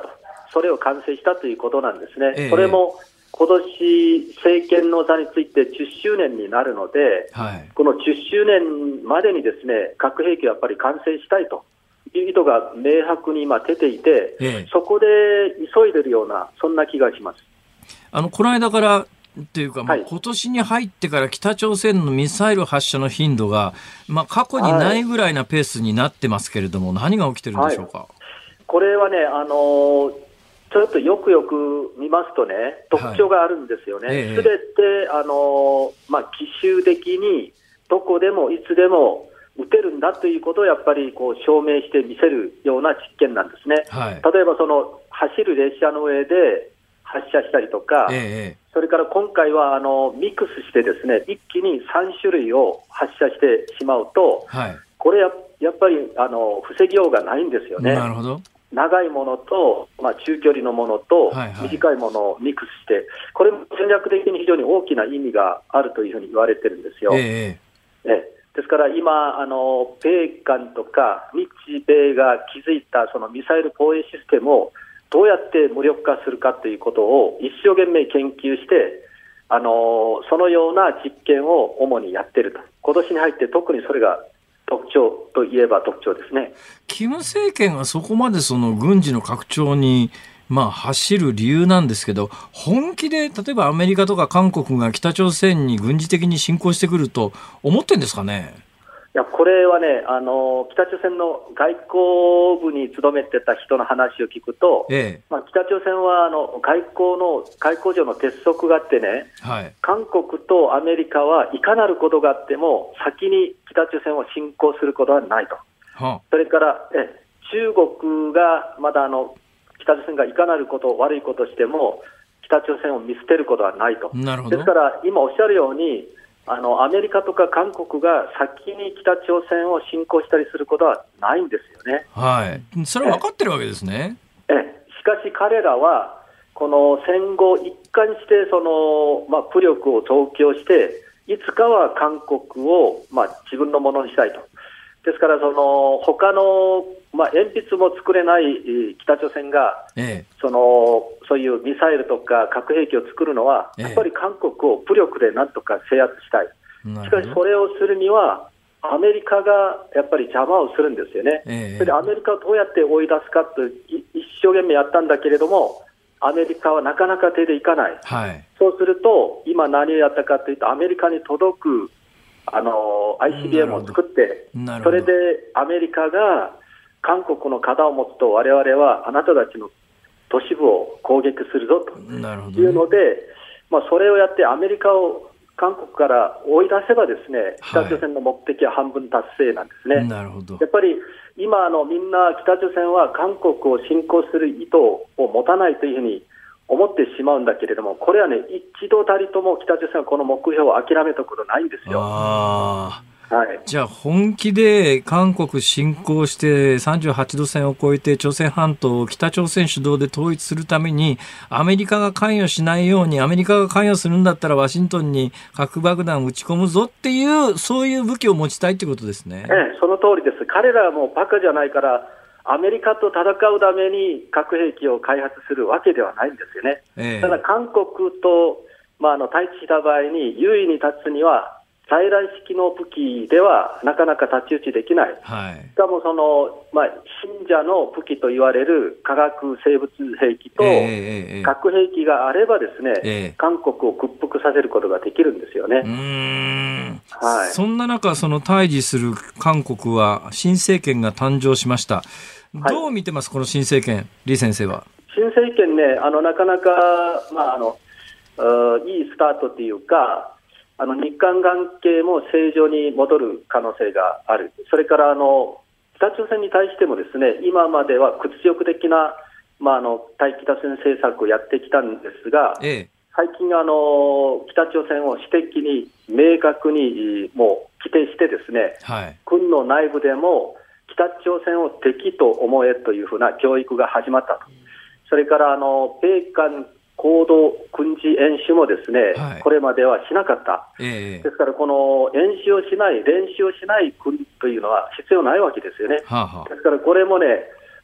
それを完成したということなんですね。 ええ、 これも今年政権の座についてじゅっしゅうねんになるので、はい、このじゅっしゅうねんまでにですね、核兵器をやっぱり完成したいという意図が明白に今出ていて、ええ、そこで急いでいるような、そんな気がします。 あのこの間からっていうか、まあ、今年に入ってから北朝鮮のミサイル発射の頻度が、まあ、過去にないぐらいなペースになってますけれども、はい、何が起きてるんでしょうか。はい、 これはね、あのー、ちょっとよくよく見ますとね、特徴があるんですよね。すべ、はい、ええ、て、あのーまあ、奇襲的にどこでもいつでも撃てるんだということをやっぱりこう証明して見せるような実験なんですね。はい、例えばその走る列車の上で発射したりとか、ええ、それから今回はあのミックスしてですね、一気にさんしゅるいを発射してしまうと、はい、これ や, やっぱりあの防ぎようがないんですよね。 なるほど。 長いものと、まあ、中距離のものと短いものをミックスして、はいはい、これも戦略的に非常に大きな意味があるというふうに言われてるんですよ。えええですから今あの米韓とか日米が築いたそのミサイル防衛システムをどうやって無力化するかということを一生懸命研究して、あのそのような実験を主にやっていると。今年に入って特にそれが特徴といえば特徴ですね。 金政権がそこまでその軍事の拡張に、まあ、走る理由なんですけど、本気で例えばアメリカとか韓国が北朝鮮に軍事的に侵攻してくると思ってるんですかね。 いや、これはね、あの北朝鮮の外交部に勤めてた人の話を聞くと、ええまあ、北朝鮮はあの外交の外交上の鉄則があってね、はい、韓国とアメリカはいかなることがあっても先に北朝鮮を侵攻することはないと、はあ、それからえ中国がまだあの北朝鮮がいかなること悪いことをしても北朝鮮を見捨てることはないと。 なるほど。 ですから今おっしゃるようにあのアメリカとか韓国が先に北朝鮮を侵攻したりすることはないんですよね。 はい、それは分かってるわけですね。 ええしかし彼らはこの戦後一貫してその、まあ、武力を増強していつかは韓国を、まあ、自分のものにしたいと。ですからその他の、まあ、鉛筆も作れない北朝鮮が、ええ、そのそういうミサイルとか核兵器を作るのは、ええ、やっぱり韓国を武力でなんとか制圧したい。しかしそれをするにはアメリカがやっぱり邪魔をするんですよね。ええ、それでアメリカをどうやって追い出すかと一生懸命やったんだけれどもアメリカはなかなか手でいかない。はい、そうすると今何をやったかというとアメリカに届くあの アイシービーエム を作ってそれでアメリカが韓国の肩を持つと我々はあなたたちの都市部を攻撃するぞというので、ねまあ、それをやってアメリカを韓国から追い出せばですね北朝鮮の目的は半分達成なんですね。はい、なるほど。やっぱり今あのみんな北朝鮮は韓国を侵攻する意図を持たないというふうに思ってしまうんだけれどもこれはね一度たりとも北朝鮮はこの目標を諦めたことないんですよ。あはい、 じゃあ本気で韓国侵攻してさんじゅうはちど線を越えて朝鮮半島を北朝鮮主導で統一するためにアメリカが関与しないようにアメリカが関与するんだったらワシントンに核爆弾を撃ち込むぞっていうそういう武器を持ちたいってことですね。 ええ、その通りです。彼らはもうバカじゃないからアメリカと戦うために核兵器を開発するわけではないんですよね。ええ、ただ韓国と、まあ、あの対峙した場合に優位に立つには在来式の武器ではなかなか太刀打ちできない、はい、しかもその、まあ、信者の武器と言われる化学生物兵器と核兵器があればですね、えーえー、韓国を屈服させることができるんですよね。うーん、はい、そんな中その対峙する韓国は新政権が誕生しました。どう見てます、はい、この新政権、李先生は。 新政権ね、あのなかなか、まあ、あのいいスタートというかあの日韓関係も正常に戻る可能性がある。それからあの北朝鮮に対してもですね今までは屈辱的な、まあ、あの対北朝鮮政策をやってきたんですが、ええ、最近あの北朝鮮を私的に明確にもう規定してですね、はい、軍の内部でも北朝鮮を敵と思えというふうな教育が始まったと。それからあの米韓合同軍事演習もですね、はい、これまではしなかった、えー、ですからこの演習をしない練習をしない軍というのは必要ないわけですよね。はあはあ、ですからこれもね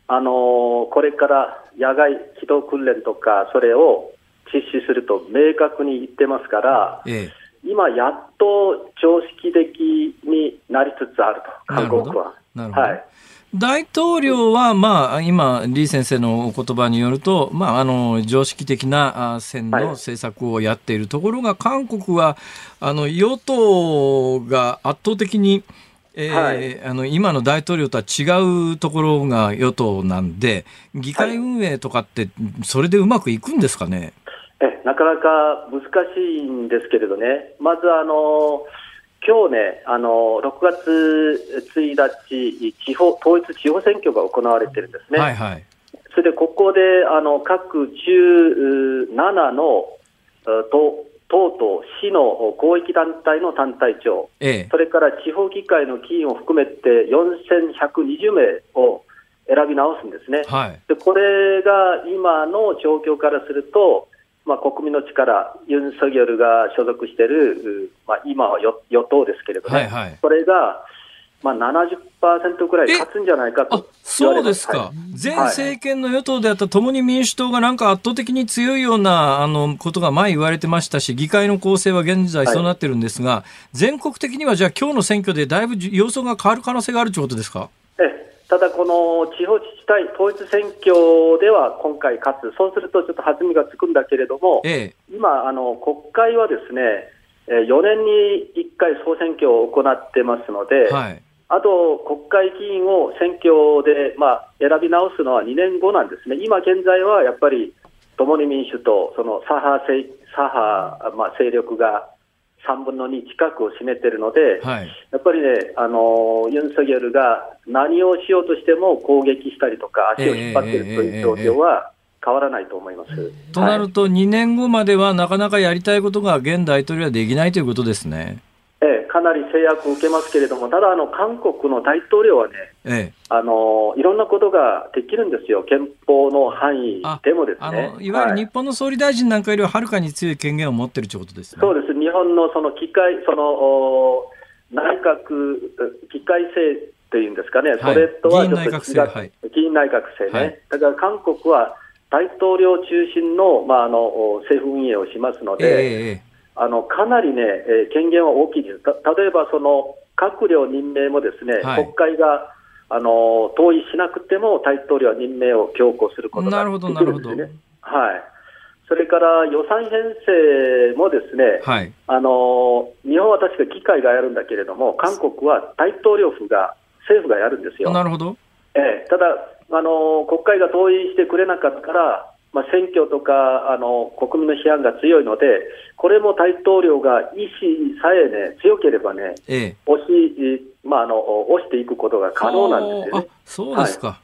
あのこれから野外機動訓練とか、それを実施すると明確に言ってますから、ええ、今、やっと常識的になりつつあると、韓国は。 なるほど。はい、大統領は、まあ、今、李先生のお言葉によると、まあ、あの常識的な線の政策をやっているところが、はい、韓国はあの与党が圧倒的に、えーはい、あの今の大統領とは違うところが与党なんで、議会運営とかってそれでうまくいくんですかね。 えなかなか難しいんですけれどね、まずあの今日ね、あのろくがつついたち、地方統一地方選挙が行われているんですね。はいはい、それでここであの各じゅうななの党党と市の公益団体の団体長、ええ、それから地方議会の議員を含めてよんせんひゃくにじゅうめいを選び直すんですね。はい、でこれが今の状況からすると、まあ、国民の力、ユン・ソギョルが所属している、まあ、今は与党ですけれども、ね、はいはい、それが、まあ、ななじゅっパーセント くらい勝つんじゃないかと言われます。 そうですか、はい、前政権の与党であった共に民主党がなんか圧倒的に強いようなあのことが前言われてましたし、議会の構成は現在そうなってるんですが、はい、全国的にはじゃあ今日の選挙でだいぶ様相が変わる可能性があるということですか。 ええ、ただこの地方自治体統一選挙では今回勝つ、そうするとちょっと弾みがつくんだけれども、ええ、今あの国会はですね、よねんにいっかい総選挙を行ってますので、はい、あと国会議員を選挙で、まあ、選び直すのはにねんごなんですね。今現在はやっぱり共に民主党、その左派、左派、まあ、勢力がさんぶんのに近くを占めているので、はい、やっぱりね、あのユン・ソギョルが何をしようとしても攻撃したりとか足を引っ張っているという状況は変わらないと思います。えーえーえー、 となるとにねんごまではなかなかやりたいことが現大統領はできないということですね。 ええ、かなり制約を受けますけれども、ただあの韓国の大統領はね、ええ、あのいろんなことができるんですよ、憲法の範囲でもですね。 あのいわゆる日本の総理大臣なんかよりははるかに強い権限を持っているということですね。 そうです。日本のその議会、その内閣議会制というんですかね、はい、それとはちょっと違う、議員内閣制、はい、議員内閣制ね、はい、だから韓国は大統領中心の、まあ、あの政府運営をしますので、えーあのかなり、ねえー、権限は大きいです。た例えばその閣僚任命もですね、はい、国会があの同意しなくても大統領は任命を強行することができるんですね。はい、それから予算編成もですね、はい、あの日本は確か議会がやるんだけれども、韓国は大統領府が政府がやるんですよ。 なるほど。 えー、ただあの国会が同意してくれなかったら、まあ、選挙とかあの国民の批判が強いので、これも大統領が意思さえ、ね、強ければね、ええ、押し、まあ、あの押していくことが可能なんですよね。 あ、そうですか。はい、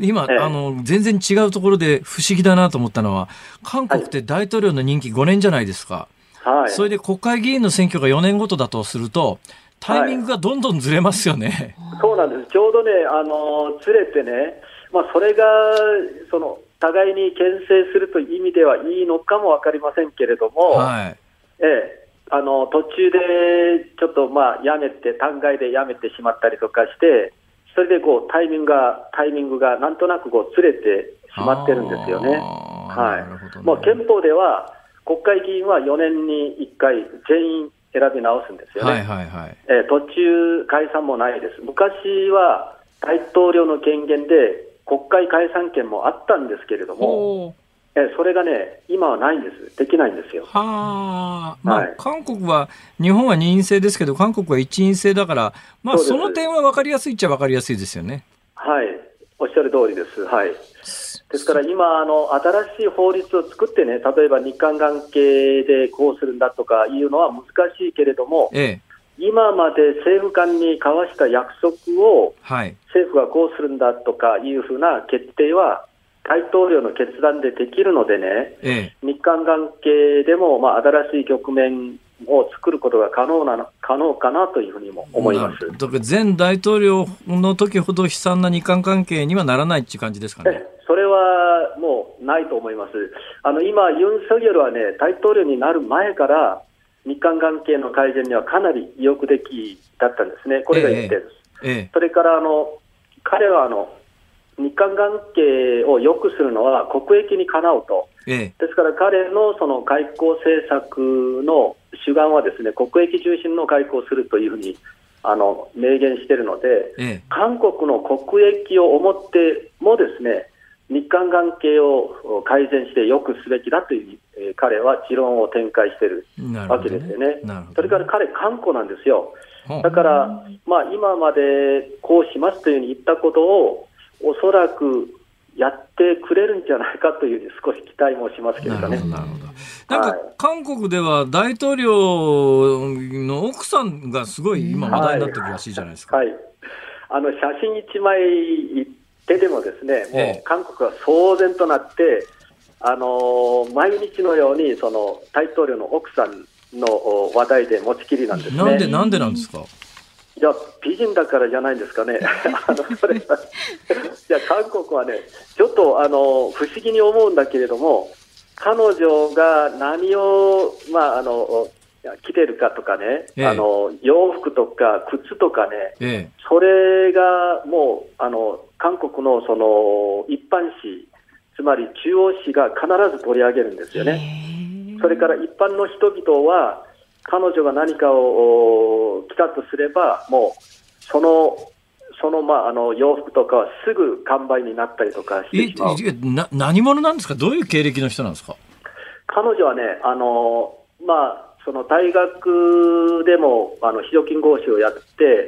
今、ええ、あの全然違うところで不思議だなと思ったのは、韓国って大統領の任期ごねんじゃないですか。はい、それで国会議員の選挙がよねんごとだとすると、タイミングがどんどんずれますよね。 はい、そうなんです。ちょうどね、あのずれてね、まあ、それがその互いに牽制するという意味ではいいのかも分かりませんけれども、はい、ええ、あの途中でちょっとまあやめて、単外でやめてしまったりとかして、それでこうタイミングがタイミングがなんとなくこうずれてしまってるんですよね。はい、もう憲法では国会議員はよねんにいっかい全員選び直すんですよね。はいはいはい、えー、途中解散もないです。昔は大統領の権限で国会解散権もあったんですけれども、えー、それがね今はないんです。できないんですよ。 はあ、まあ、はい、韓国は日本は二院制ですけど、韓国は一院制だから、まあ、その点は分かりやすいっちゃ分かりやすいですよね。 はい、おっしゃる通りです。はい、ですから今あの新しい法律を作ってね、例えば日韓関係でこうするんだとかいうのは難しいけれども、ええ、今まで政府間に交わした約束を政府がこうするんだとかいうふうな決定は大統領の決断でできるのでね、ええ、日韓関係でもまあ新しい局面を作ることが可能な可能かなというふうにも思います。 だから前大統領の時ほど悲惨な日韓関係にはならないっていう感じですかね。 それはもうないと思います。あの今ユン・ソギョルはね、大統領になる前から日韓関係の改善にはかなり意欲的だったんですね。これがいってんです。ええええ、それからあの彼はあの日韓関係を良くするのは国益にかなうと、ええ、ですから彼のその外交政策の主眼はですね、国益中心の外交をするというふうにあの明言しているので、ええ、韓国の国益を思ってもですね、日韓関係を改善して良くすべきだというふうに、えー、彼は持論を展開しているわけですよね。それから彼、韓国なんですよ。だから、まあ、今までこうしますというふうに言ったことをおそらくやってくれるんじゃないかというふうに少し期待もしますけれどね。 なるほど。なんか韓国では大統領の奥さんがすごい今話題になってるらしいじゃないですか。 はいはい、あの写真一枚手でもですね、もう韓国は騒然となって、あのー、毎日のようにその大統領の奥さんの話題で持ちきりなんですね。 なんでなんでなんですか。 いや、美人だからじゃないんですかね。あのそれは、いや、韓国はね、ちょっとあの不思議に思うんだけれども、彼女が何を、まあ、あの着てるかとかね、ええ、あの洋服とか靴とかね、ええ、それがもうあの韓国のその一般紙、つまり中央紙が必ず取り上げるんですよね。それから一般の人々は彼女が何かを着たとすれば、もうそのその、まあ、あの洋服とかはすぐ完売になったりとかしてしまう。 えな何者なんですか。どういう経歴の人なんですか。 彼女はね、あの、まあ、その大学でもあの非常勤講師をやって、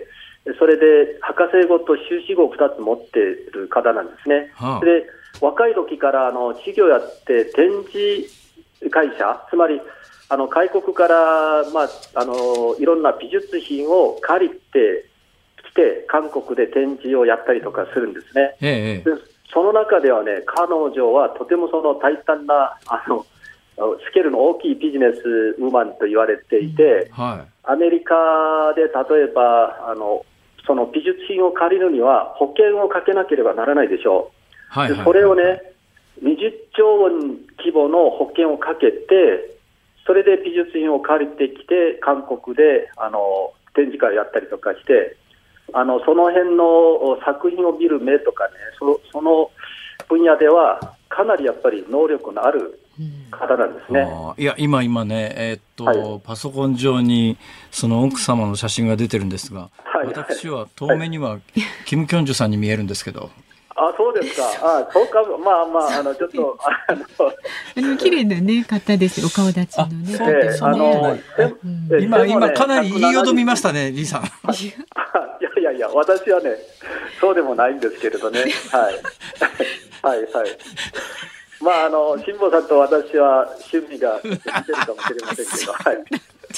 それで博士号と修士号をふたつ持っている方なんですね。はあ、で若い時からあの事業をやって展示会社、つまりあの外国から、まあ、あのいろんな美術品を借りてきて韓国で展示をやったりとかするんですね。ええ、でその中ではね、彼女はとてもその大胆なあのスケールの大きいビジネスウーマンと言われていて、うんはい、アメリカで例えばあのその美術品を借りるには保険をかけなければならないでしょう。はいはいはい、でそれをね、にじゅっちょうウォン規模の保険をかけて、それで美術品を借りてきて韓国であの展示会をやったりとかして、あのその辺の作品を見る目とかね、 そ, その分野ではかなりやっぱり能力のある方なんですね。 あいや今今ね、えーっとはい、パソコン上にその奥様の写真が出てるんですが、はい、私は遠目にはキム・キョンジュさんに見えるんですけど。 あ、そうですか。あ、そうか。まあまあ、あのちょっとあのあの綺麗なね方ですよ、お顔立ちのね。 そうですね。あのえ今今かなり言いよどみましたね、リーさん。いやいやいや、私はねそうでもないんですけれどね。はいはいはい。まああの辛坊さんと私は趣味が似てるかもしれませんけど。はい。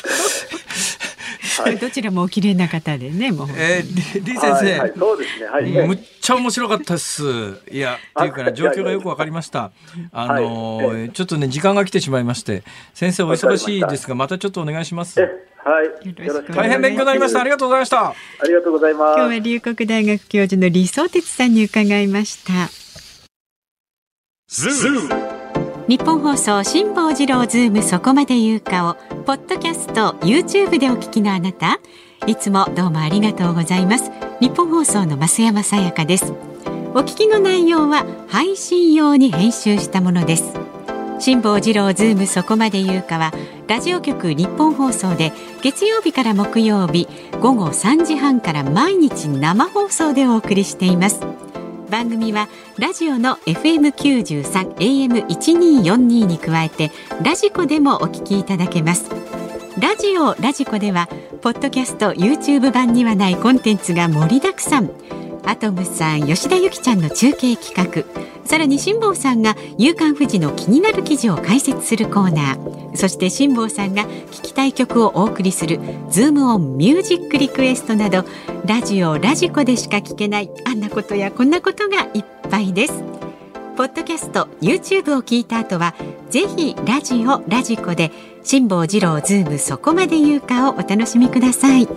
はい、どちらもお綺麗な方でね、もう。 えー、李先生、はいはい、 そうですね、はい、 むっちゃ面白かったです。いや、っていうかね、状況がよくわかりました。あのーはい、ちょっとね、時間が来てしまいまして、先生お忙しいですが、またちょっとお願いします。 はい、よろしく。 大変勉強になりました。ありがとうございました。 ありがとうございます。 今日は龍谷大学教授の李相哲さんに伺いました。ズーム日本放送辛坊治郎ズームそこまで言うかをポッドキャスト YouTube でお聞きのあなた、いつもどうもありがとうございます。日本放送の増山さやかです。お聞きの内容は配信用に編集したものです。辛坊治郎ズームそこまで言うかはラジオ局日本放送で月曜日から木曜日午後さんじはんから毎日生放送でお送りしています。番組はラジオの エフエムきゅうじゅうさん エーエムせんにひゃくよんじゅうに に加えてラジコでもお聞きいただけます。ラジオラジコではポッドキャスト YouTube 版にはないコンテンツが盛りだくさん。アトムさん、吉田ゆきちゃんの中継企画、さらに辛坊さんが夕刊フジの気になる記事を解説するコーナー、そして辛坊さんが聞きたい曲をお送りするズームオンミュージックリクエストなど、ラジオラジコでしか聞けないあんなことやこんなことがいっぱいです。ポッドキャスト YouTube を聞いた後はぜひラジオラジコで辛坊治郎ズームそこまで言うかをお楽しみください。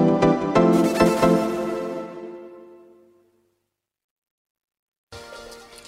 ろ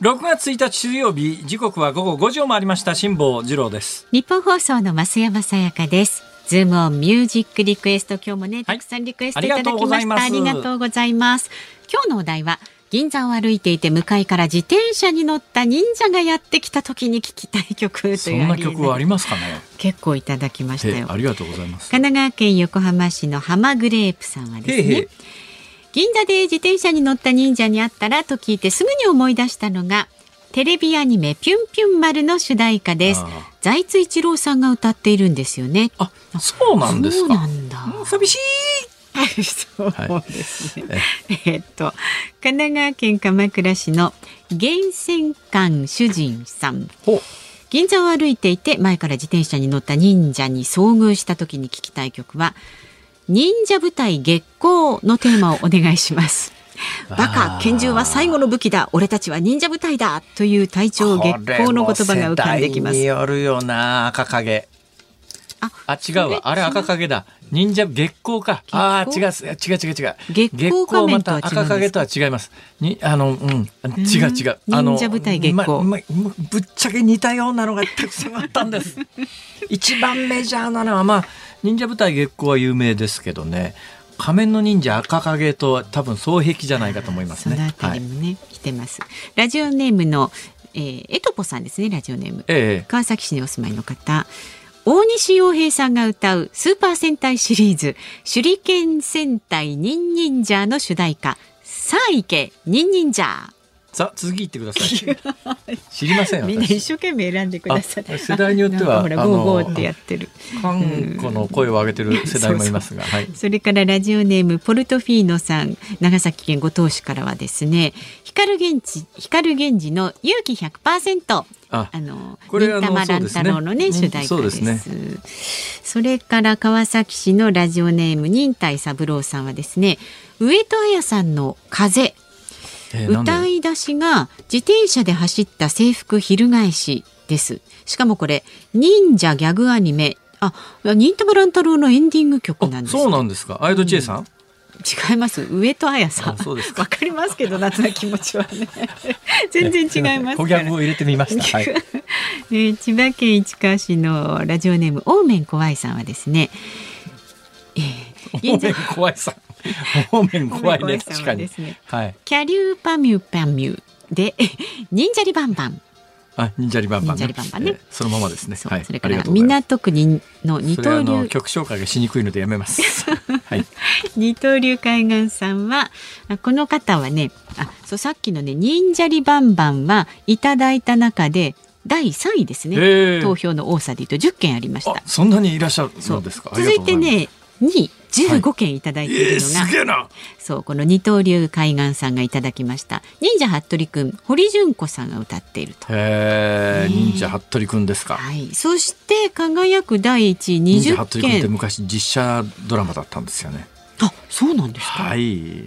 ろくがつついたち水曜日、時刻は午後ごじを回りました。辛坊治郎です。 日本放送の増山さやかです。ズームオンミュージックリクエスト、今日もね、たくさんリクエストいただきました。はい、ありがとうございます。今日のお題は、銀座を歩いていて向かいから自転車に乗った忍者がやってきた時に聴きたい曲という。 そんな曲はありますかね。 結構いただきましたよ。 ありがとうございます。 神奈川県横浜市の浜グレープさんはですね、へへ、銀座で自転車に乗った忍者に会ったらと聞いてすぐに思い出したのがテレビアニメピュンピュン丸の主題歌です。財津一郎さんが歌っているんですよね。 あ、そうなんですか。 そうなんだ。 寂しい。 そうですね。はい、えっと神奈川県鎌倉市の源泉館主人さん。銀座を歩いていて前から自転車に乗った忍者に遭遇した時に聴きたい曲は忍者部隊月光のテーマをお願いします。バカ、拳銃は最後の武器だ、俺たちは忍者部隊だという隊長月光の言葉が浮かんできます。 これも世代によるよな。赤影。あ, あ違うわ、あれ赤影だ。忍者月光か。ああ違う違う違う違う。 月光仮面とは違うんですか。 赤影とは違います。にあのうん違う違う。 あの忍者部隊月光、まま、ぶっちゃけ似たようなのがたくさんあったんです。一番メジャーなのはまあ忍者部隊月光は有名ですけどね。仮面の忍者赤影と多分双璧じゃないかと思いますね。 そのあたりもね、はい、来てます。ラジオネームの、えー、エトポさんですね。ラジオネーム、ええ、川崎市にお住まいの方、大西洋平さんが歌うスーパー戦隊シリーズ手裏剣戦隊ニンニンジャーの主題歌、さあ行けニンニンジャー。 さあ続き言ってください。知りません。 みんな一生懸命選んでください。 世代によってはほらゴーゴーってやってる看護の声を上げてる世代もいますが、はい、 それからラジオネームポルトフィーノさん、長崎県五島市からはですね、光源氏光源氏の勇気 ひゃくパーセント、ああの忍たま乱太郎のね、うん、主題歌です。そうですね。それから川崎市のラジオネーム忍耐三郎さんはですね、上戸彩さんの風、えー、歌い出しが自転車で走った制服翻しです。しかもこれ忍者ギャグアニメ、あ、忍たま乱太郎のエンディング曲なんです。 そうなんですか。アイドチエさん、うん、 違います。上戸彩さん。そうですか。わかりますけど夏の気持ちはね全然違います。 小ギャグを入れてみました、はい。 えー、千葉県市川市のラジオネームオーメン怖いさんはですね、 えー、オーメン怖いさんオーメン怖いね、確かに、はい、 キャリューパミュパミュで忍者リバンバン、 あ、忍者リバンバン、ね、 忍者リバンバンね、 えー、そのままですね。 そ, はい、それから港区にの二刀流、 曲紹介がしにくいのでやめます、はい、 二刀流海岸さんはこの方はね、あ、そう、さっきのね忍者リバンバンはいただいた中でだいさんいですね。投票の多さでいうとじゅっけんありました。 そんなにいらっしゃるのですか。 続いてねにいじゅうごけんいただいているのが、 はい、えー、すげえな。 そう、この二刀流海岸さんがいただきました忍者服部くん、堀純子さんが歌っていると。 へー、忍者服部くんですか。 はい、そして輝くだいいちいにじゅっけん。 忍者服部くんって昔実写ドラマだったんですよね。 あ、そうなんですか。 はい、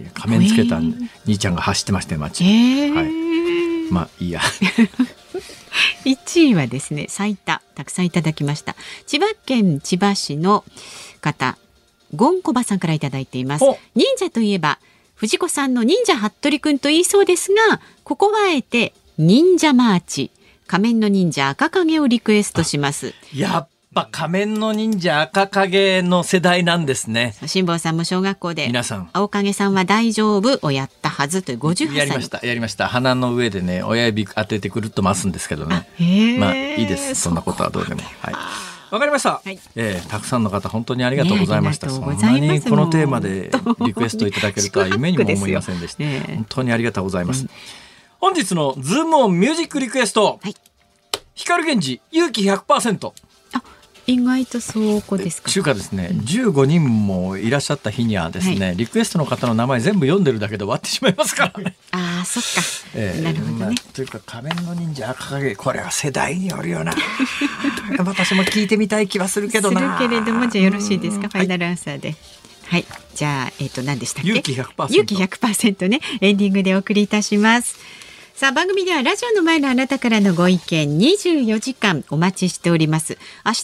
仮面つけた兄ちゃんが走ってまして街、 えー、 はい、まあいいやいちいはですね、最多たくさんいただきました。千葉県千葉市の方、ゴンコバさんからいただいています。忍者といえば藤子さんの忍者服部くんと言いそうですが、ここはあえて忍者マーチ、仮面の忍者赤影をリクエストします。 やっぱ仮面の忍者赤影の世代なんですね。 辛坊さんも小学校で皆さん青影さんは大丈夫をやったはずというごじゅうはっさい。 やりましたやりました。鼻の上でね親指当ててくるっと回すんですけどね、まあいいです、そんなことはどうでも。はい、わかりました、はい、えー、たくさんの方本当にありがとうございました、ね、そんなにこのテーマでリクエストいただけるとは夢にも思いませんでした、ね、本当にありがとうございます、うん、本日のズームオンミュージックリクエスト、はい、光源氏勇気 ひゃくパーセント。 意外とそうこですか。 中華ですね、じゅうごにんもいらっしゃった日にはですね、はい、リクエストの方の名前全部読んでるだけで終わってしまいますからね。 ああ、そっか、えー、なるほどね、まあ、 というか仮面の忍者赤影、これは世代によるよな私も聞いてみたい気はするけどな。 するけれども、じゃあよろしいですか、ファイナルアンサーで。はい、じゃあ、えっと、何でしたっけ。 勇気 ひゃくパーセント。 勇気 ひゃくパーセント ね、エンディングでお送りいたします。さあ、番組ではラジオの前のあなたからのご意見にじゅうよじかんお待ちしております。明日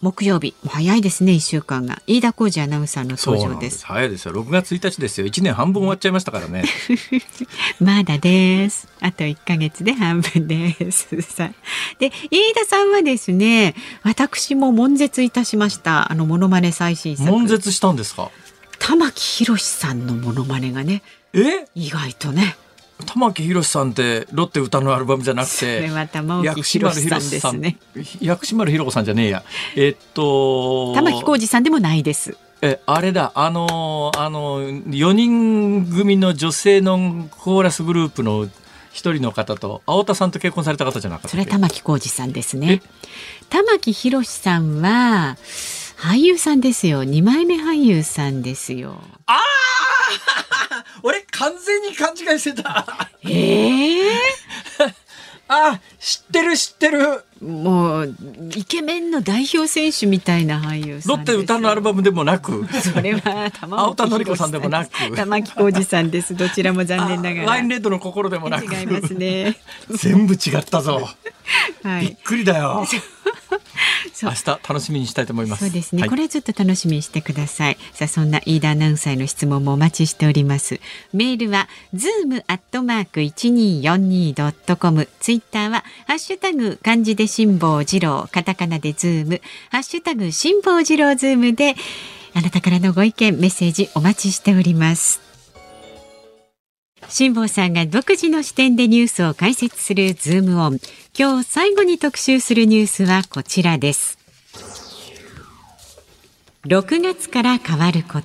木曜日、早いですね、いっしゅうかんが。飯田浩司アナウンサーの登場です。 早いですよ。ろくがつついたちですよ。いちねん半分終わっちゃいましたからね。 まだです。あといっかげつで半分です。さで、飯田さんはですね、私も悶絶いたしました。あのモノマネ最新作。 悶絶したんですか？ 玉木宏さんのモノマネがね、 え意外とね。 玉木宏さんってロッテ歌のアルバムじゃなくて、 それは玉木宏さんですね。 薬師丸ひろ子さんじゃねえや。えっと玉置浩二さんでもないです。 えあれだ、あのあのよにん組の女性のコーラスグループの一人の方と青田さんと結婚された方じゃなかったっけ？ それは玉置浩二さんですね。玉木宏さんは俳優さんですよ。にまいめ俳優さんですよ。 ああ俺完全に勘違いしてた。 えー、 あ、知ってる知ってる。 もうイケメンの代表選手みたいな俳優さんです。 ロッテ歌のアルバムでもなく、 それは玉青田典子さんでもなく、 玉置浩二さんです。どちらも残念ながら。 ワインレッドの心でもなく、 違いますね。 全部違ったぞ。 はい、 びっくりだよ。 そう、 明日楽しみにしたいと思います。 そうですね、 はい、 これちょっと楽しみにしてください。さあ、そんな飯田アナウンサーへの質問もお待ちしております。メールは ズーム アットマーク いちにーよんにー ドットコム、ツイッターはハッシュタグ漢字で辛坊治郎、カタカナでズーム、ハッシュタグ辛坊治郎ズームであなたからのご意見メッセージお待ちしております。辛坊さんが独自の視点でニュースを解説するズームオン。今日最後に特集するニュースはこちらです。ろくがつから変わること。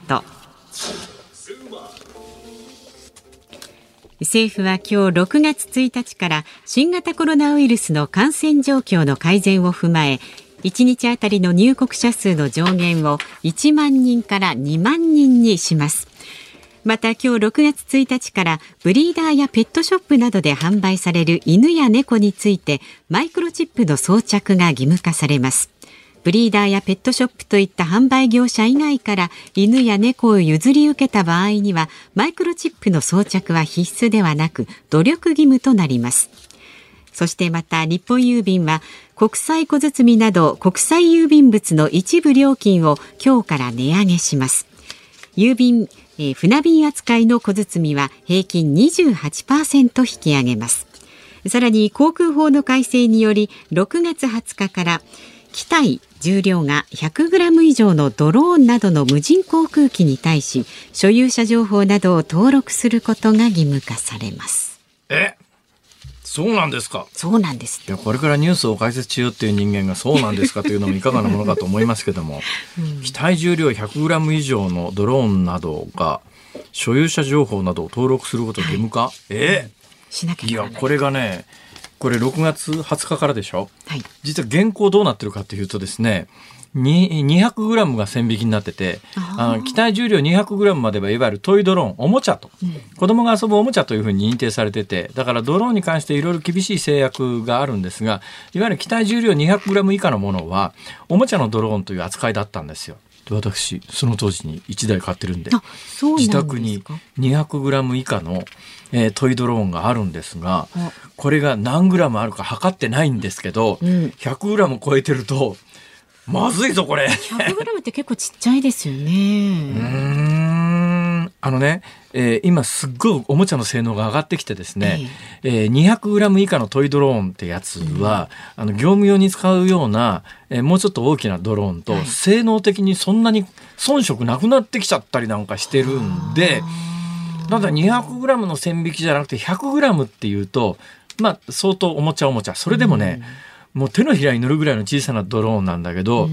政府は今日ろくがつついたちから新型コロナウイルスの感染状況の改善を踏まえ、いちにちあたりの入国者数の上限をいちまんにんからにまんにんにします。また今日ろくがつついたちからブリーダーやペットショップなどで販売される犬や猫についてマイクロチップの装着が義務化されます。ブリーダーやペットショップといった販売業者以外から犬や猫を譲り受けた場合にはマイクロチップの装着は必須ではなく努力義務となります。そしてまた日本郵便は国際小包など国際郵便物の一部料金を今日から値上げします。郵便、えー、船便扱いの小包は平均 にじゅうはちパーセント 引き上げます。さらに航空法の改正によりろくがつはつかから機体重量が ひゃくグラム 以上のドローンなどの無人航空機に対し所有者情報などを登録することが義務化されます。 え、そうなんですか？ そうなんです。 いや、これからニュースを解説しようっていう人間がそうなんですかというのもいかがなものかと思いますけども、うん、機体重量 ひゃくグラム 以上のドローンなどが所有者情報などを登録すること義務化、はい、えー、しなきゃいけない。 いや、これがね、これろくがつはつかからでしょ、 はい、 実は現行どうなってるかというとですね、にひゃくグラムが線引きになってて、あの機体重量 にひゃくグラム まではいわゆるトイドローン、おもちゃと、うん、子供が遊ぶおもちゃというふうに認定されてて、だからドローンに関していろいろ厳しい制約があるんですが、いわゆる機体重量 にひゃくグラム 以下のものはおもちゃのドローンという扱いだったんですよ。で、私その当時にいちだい買ってるんで、 あ、そうなんですか。 自宅に にひゃくグラム 以下の、えー、トイドローンがあるんですが、これが何グラムあるか測ってないんですけど、うん、ひゃくグラム 超えてるとまずいぞこれ。 ひゃくグラム って結構ちっちゃいですよね。うーん、あのね、えー、今すっごいおもちゃの性能が上がってきてですね、えーえー、にひゃくグラム 以下のトイドローンってやつは、うん、あの業務用に使うような、えー、もうちょっと大きなドローンと、はい、性能的にそんなに遜色なくなってきちゃったりなんかしてるんで、ただ にひゃくグラム の線引きじゃなくて ひゃくグラム っていうと、まあ相当おもちゃおもちゃ、それでもね、うん、もう手のひらに乗るぐらいの小さなドローンなんだけど、うん、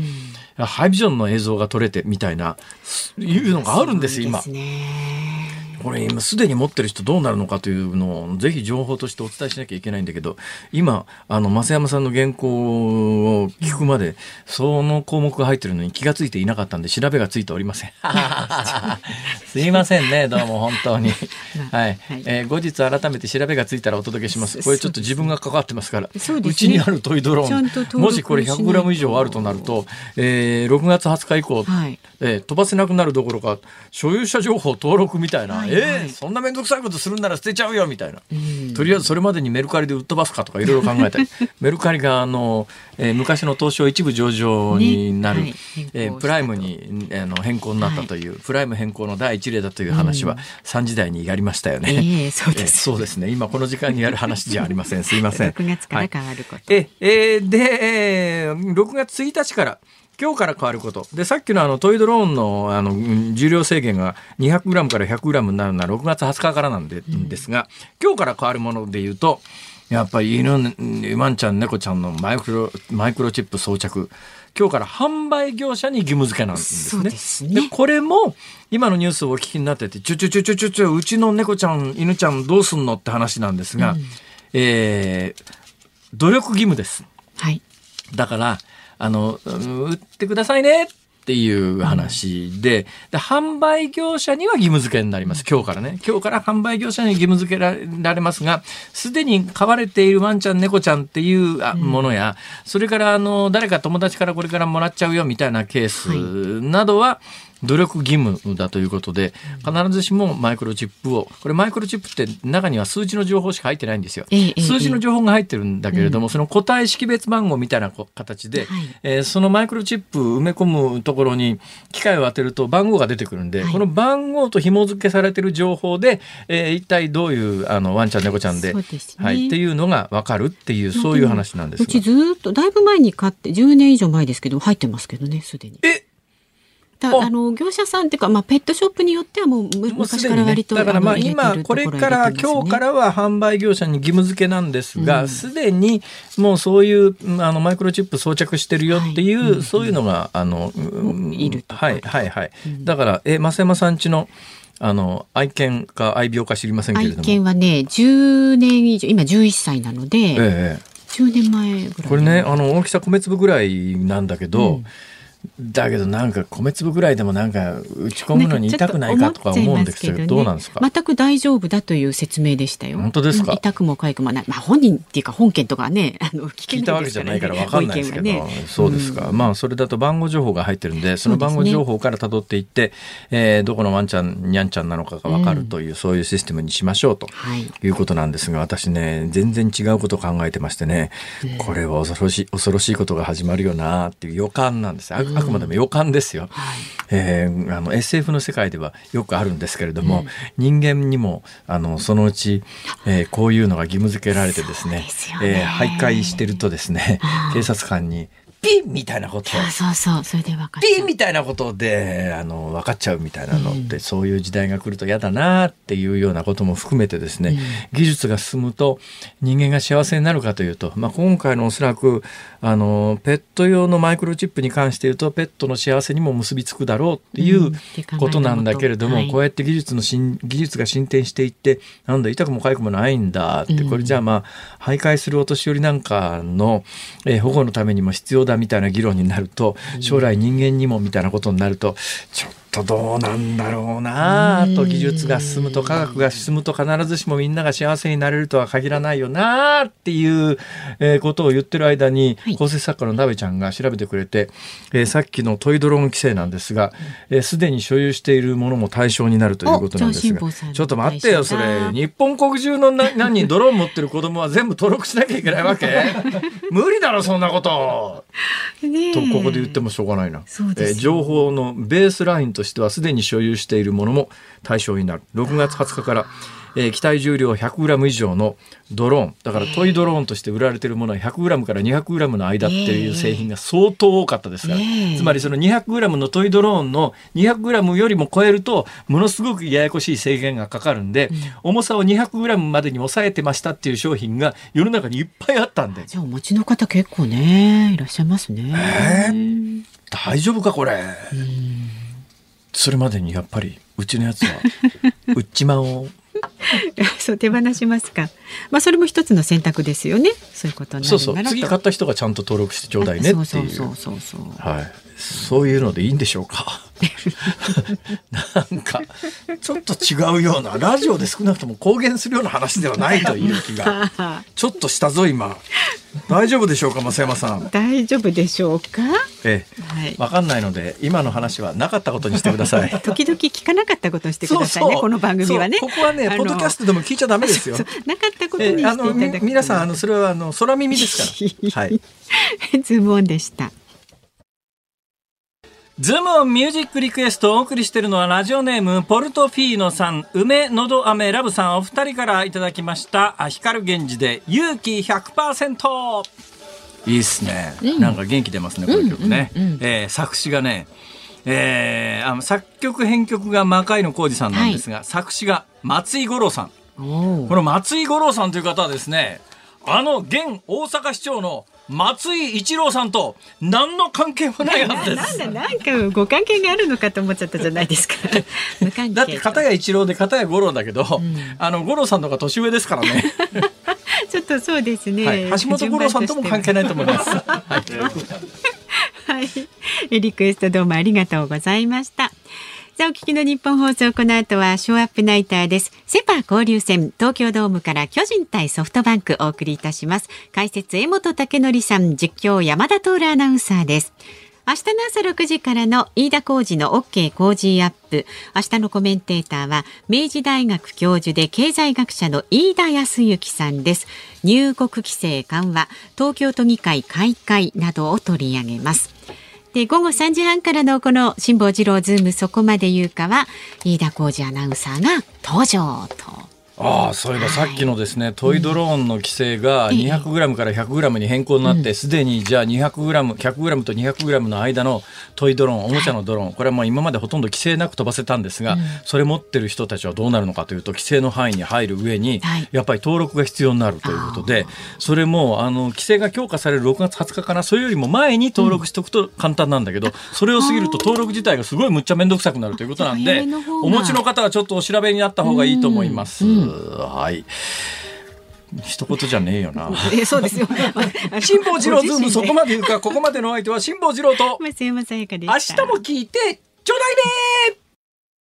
ハイビジョンの映像が撮れてみたいないうのがあるんですよ今。これ今すでに持ってる人どうなるのかというのをぜひ情報としてお伝えしなきゃいけないんだけど、今あの増山さんの原稿を聞くまでその項目が入ってるのに気がついていなかったんで調べがついておりません。すいませんね、どうも本当に、はい、えー、後日改めて調べがついたらお届けします。これちょっと自分が関わってますから、 う, ね、うちにあるトイドローンもしこれ ひゃくグラム 以上あるとなると、えー、ろくがつはつか以降、はい、えー、飛ばせなくなるどころか所有者情報登録みたいな、ええー、そんな面倒くさいことするんなら捨てちゃうよみたいな、 うん、 とりあえずそれまでにメルカリで売っ飛ばすかとかいろいろ考えたりメルカリがあの、えー、昔の東証一部上場になる、ね、はい、えー、プライムにあの変更になったという、はい、プライム変更の第一例だという話はさんじだいにやりましたよね、 えー、そうです、 えー、そうですね。今この時間にやる話じゃありません。すいません。 ろくがつから変わること、はい、 ええー、で、えー、ろくがつついたちから今日から変わることで、さっきのあのトイドローンのあの重量制限が にひゃくグラム から ひゃくグラム になるのはろくがつはつかからなんで、うん、ですが、今日から変わるものでいうと、やっぱり犬、ワンちゃん、猫ちゃんのマイクロ、マイクロチップ装着、今日から販売業者に義務付けなんですね。 そうですね。 でこれも今のニュースをお聞きになってて、ちょちょちょちょちょちょうちの猫ちゃん犬ちゃんどうすんのって話なんですが、うん、えー、努力義務です。 はい。 だからあの売ってくださいねっていう話で、うん、で販売業者には義務付けになります。今日からね、今日から販売業者に義務付けられますが、すでに飼われているワンちゃん猫ちゃんっていうものや、うん、それからあの誰か友達からこれからもらっちゃうよみたいなケースなどは、はい、努力義務だということで、必ずしもマイクロチップを、これマイクロチップって中には数字の情報しか入ってないんですよ、ええ、数字の情報が入ってるんだけれども、うん、その個体識別番号みたいな形で、はい、えー、そのマイクロチップ埋め込むところに機械を当てると番号が出てくるんで、はい、この番号と紐付けされている情報で、えー、一体どういうあのワンちゃん猫ちゃんで、そうですね、はい、っていうのが分かるっていう、そういう話なんですが、 うちずっとだいぶ前に買ってじゅうねん以上前ですけど入ってますけどね、すでに。 えだあの業者さんっていうか、まあ、ペットショップによってはもう昔から割と、 ね、だからまあ今これから今日からは販売業者に義務付けなんですが、すで、うん、にもうそういうあのマイクロチップ装着してるよっていう、はい、そういうのがあの、うん、いると、はいはいはい、うん、だからえ増山さん家のあの愛犬か愛病か知りませんけれども、 愛犬はねじゅうねん以上、今じゅういっさいなので、ええ、じゅうねんまえぐらい。 これね、あの大きさ米粒ぐらいなんだけど、うん、だけどなんか米粒ぐらいでもなんか打ち込むのに痛くないかとか思うんですけど、どうなんですか？ 全く大丈夫だという説明でしたよ。 本当ですか？ 痛くも痒くもない、まあ、本人っていうか本件とかはね、あの聞けないですからね、 聞いたわけじゃないから分かんないですけど、ね、そうですか、うん、まあそれだと番号情報が入ってるんで、その番号情報から辿っていって、ね、えー、どこのワンちゃんニャンちゃんなのかが分かるという、うん、そういうシステムにしましょうということなんですが、私ね全然違うことを考えてましてね、うん、これは恐ろしい恐ろしいことが始まるよなっていう予感なんです。 あ, あくまでも予感ですよ、はい、えー、あの エスエフ の世界ではよくあるんですけれども、うん、人間にもあのそのうち、えー、こういうのが義務付けられてですね、えー、徘徊してるとですね、警察官にピンみたいなことを、 そうそう、それで分かっピンみたいなことであの分かっちゃうみたいなのって、うん、そういう時代が来ると嫌だなっていうようなことも含めてですね、うん、技術が進むと人間が幸せになるかというと、まあ、今回のおそらくあのペット用のマイクロチップに関して言うとペットの幸せにも結びつくだろうっていうことなんだけれども、うん、こうやって技術の進技術が進展していって、なんだ痛くも痒くもないんだって、これじゃあまあ徘徊するお年寄りなんかの、えー、保護のためにも必要だみたいな議論になると、将来人間にもみたいなことになると、ちょっとどうなんだろうなと、技術が進むと科学が進むと必ずしもみんなが幸せになれるとは限らないよなっていうことを言ってる間に、はい、構成作家のなべちゃんが調べてくれて、えー、さっきのトイドローン規制なんですが、すで、うん、に所有しているものも対象になるということなんですが、ちょっと待ってよ、それ日本国中の何人ドローン持ってる子供は全部登録しなきゃいけないわけ無理だろそんなことねとここで言ってもしょうがないな、えー、情報のベースラインとしてはすでに所有しているものも対象になる。ろくがつはつかから、えー、機体重量 ひゃくグラム 以上のドローン、だからトイドローンとして売られているものは ひゃくグラム から にひゃくグラム の間っていう製品が相当多かったですから、えー、つまりその にひゃくグラム のトイドローンの にひゃくグラム よりも超えるとものすごくややこしい制限がかかるんで、うん、重さを にひゃくグラム までに抑えてましたっていう商品が世の中にいっぱいあったんで、 じゃあお持ちの方結構ねいらっしゃいますね、 えー、大丈夫かこれ、うん、それまでにやっぱりうちのやつは売っちまおうそう手放しますか、まあ、それも一つの選択ですよね。そういうことになるならと、 そうそう、次買った人がちゃんと登録してちょうだいねっていう、そうそうそうそう、はい、そういうのでいいんでしょうかなんかちょっと違うような、ラジオで少なくとも公言するような話ではないという気がちょっとしたぞ今。大丈夫でしょうか増山さん。 大丈夫でしょうか。 ええ、はい、分かんないので今の話はなかったことにしてください。 時々聞かなかったことにしてくださいね。そうそう、この番組はね、 ここはねポッドキャストでも聞いちゃダメですよ。 そうそう、なかったことにしていただく、ええ、 皆さんあのそれはあの空耳ですからはい。 ズームオンでした。 ズームオンミュージックリクエストをお送りしているのはラジオネームポルトフィーノさん、梅のど飴ラブさんお二人からいただきました。光源氏で勇気 ひゃくパーセント。 いいっすね、うん、なんか元気出ますねこの曲ね、うんうんうん、えー、作詞がね、えー、あの作曲編曲が魔界野浩二さんなんですが、はい、作詞が松井五郎さん。この松井五郎さんという方はですね、あの現大阪市長の松井一郎さんと何の関係もないはずです。 なんだ、なんかご関係があるのかと思っちゃったじゃないですか。無関係。 だって片や一郎で片や五郎だけど、うん、あの五郎さんの方が年上ですからね。 ちょっとそうですね、 はい、橋本五郎さんとも関係ないと思います。はい 、リクエストどうもありがとうございました。さあお聞きの日本放送、この後はショーアップナイターです。セパ交流戦、東京ドームから巨人対ソフトバンクお送りいたします。解説江本武則さん、実況山田徹アナウンサーです。明日の朝ろくじからの飯田浩司の OK 工事アップ。明日のコメンテーターは明治大学教授で経済学者の飯田康之さんです。入国規制緩和、東京都議会開会などを取り上げます。で午後さんじはんからのこの辛坊治郎ズームそこまで言うかは飯田浩司アナウンサーが登場と。 ああ、そういえばさっきのですね、はい、トイドローンの規制が にひゃくグラム から ひゃくグラム に変更になってすで、うん、にじゃあ にひゃくグラム、ひゃくグラム と にひゃくグラム の間のトイドローン、おもちゃのドローン、これはもう今までほとんど規制なく飛ばせたんですが、うん、それ持ってる人たちはどうなるのかというと、規制の範囲に入る上に、はい、やっぱり登録が必要になるということで、それもあの規制が強化されるろくがつはつかかな、それよりも前に登録しておくと簡単なんだけど、うん、それを過ぎると登録自体がすごいむっちゃめんどくさくなるということなんで、お持ちの方はちょっとお調べになった方がいいと思います、うんうん、はい。一言じゃねえよな。 えそうですよ。 辛坊治郎ズームそこまで言うか。ここまでの相手は辛坊治郎と増山さやかでした。 明日も聞いてちょうだいね。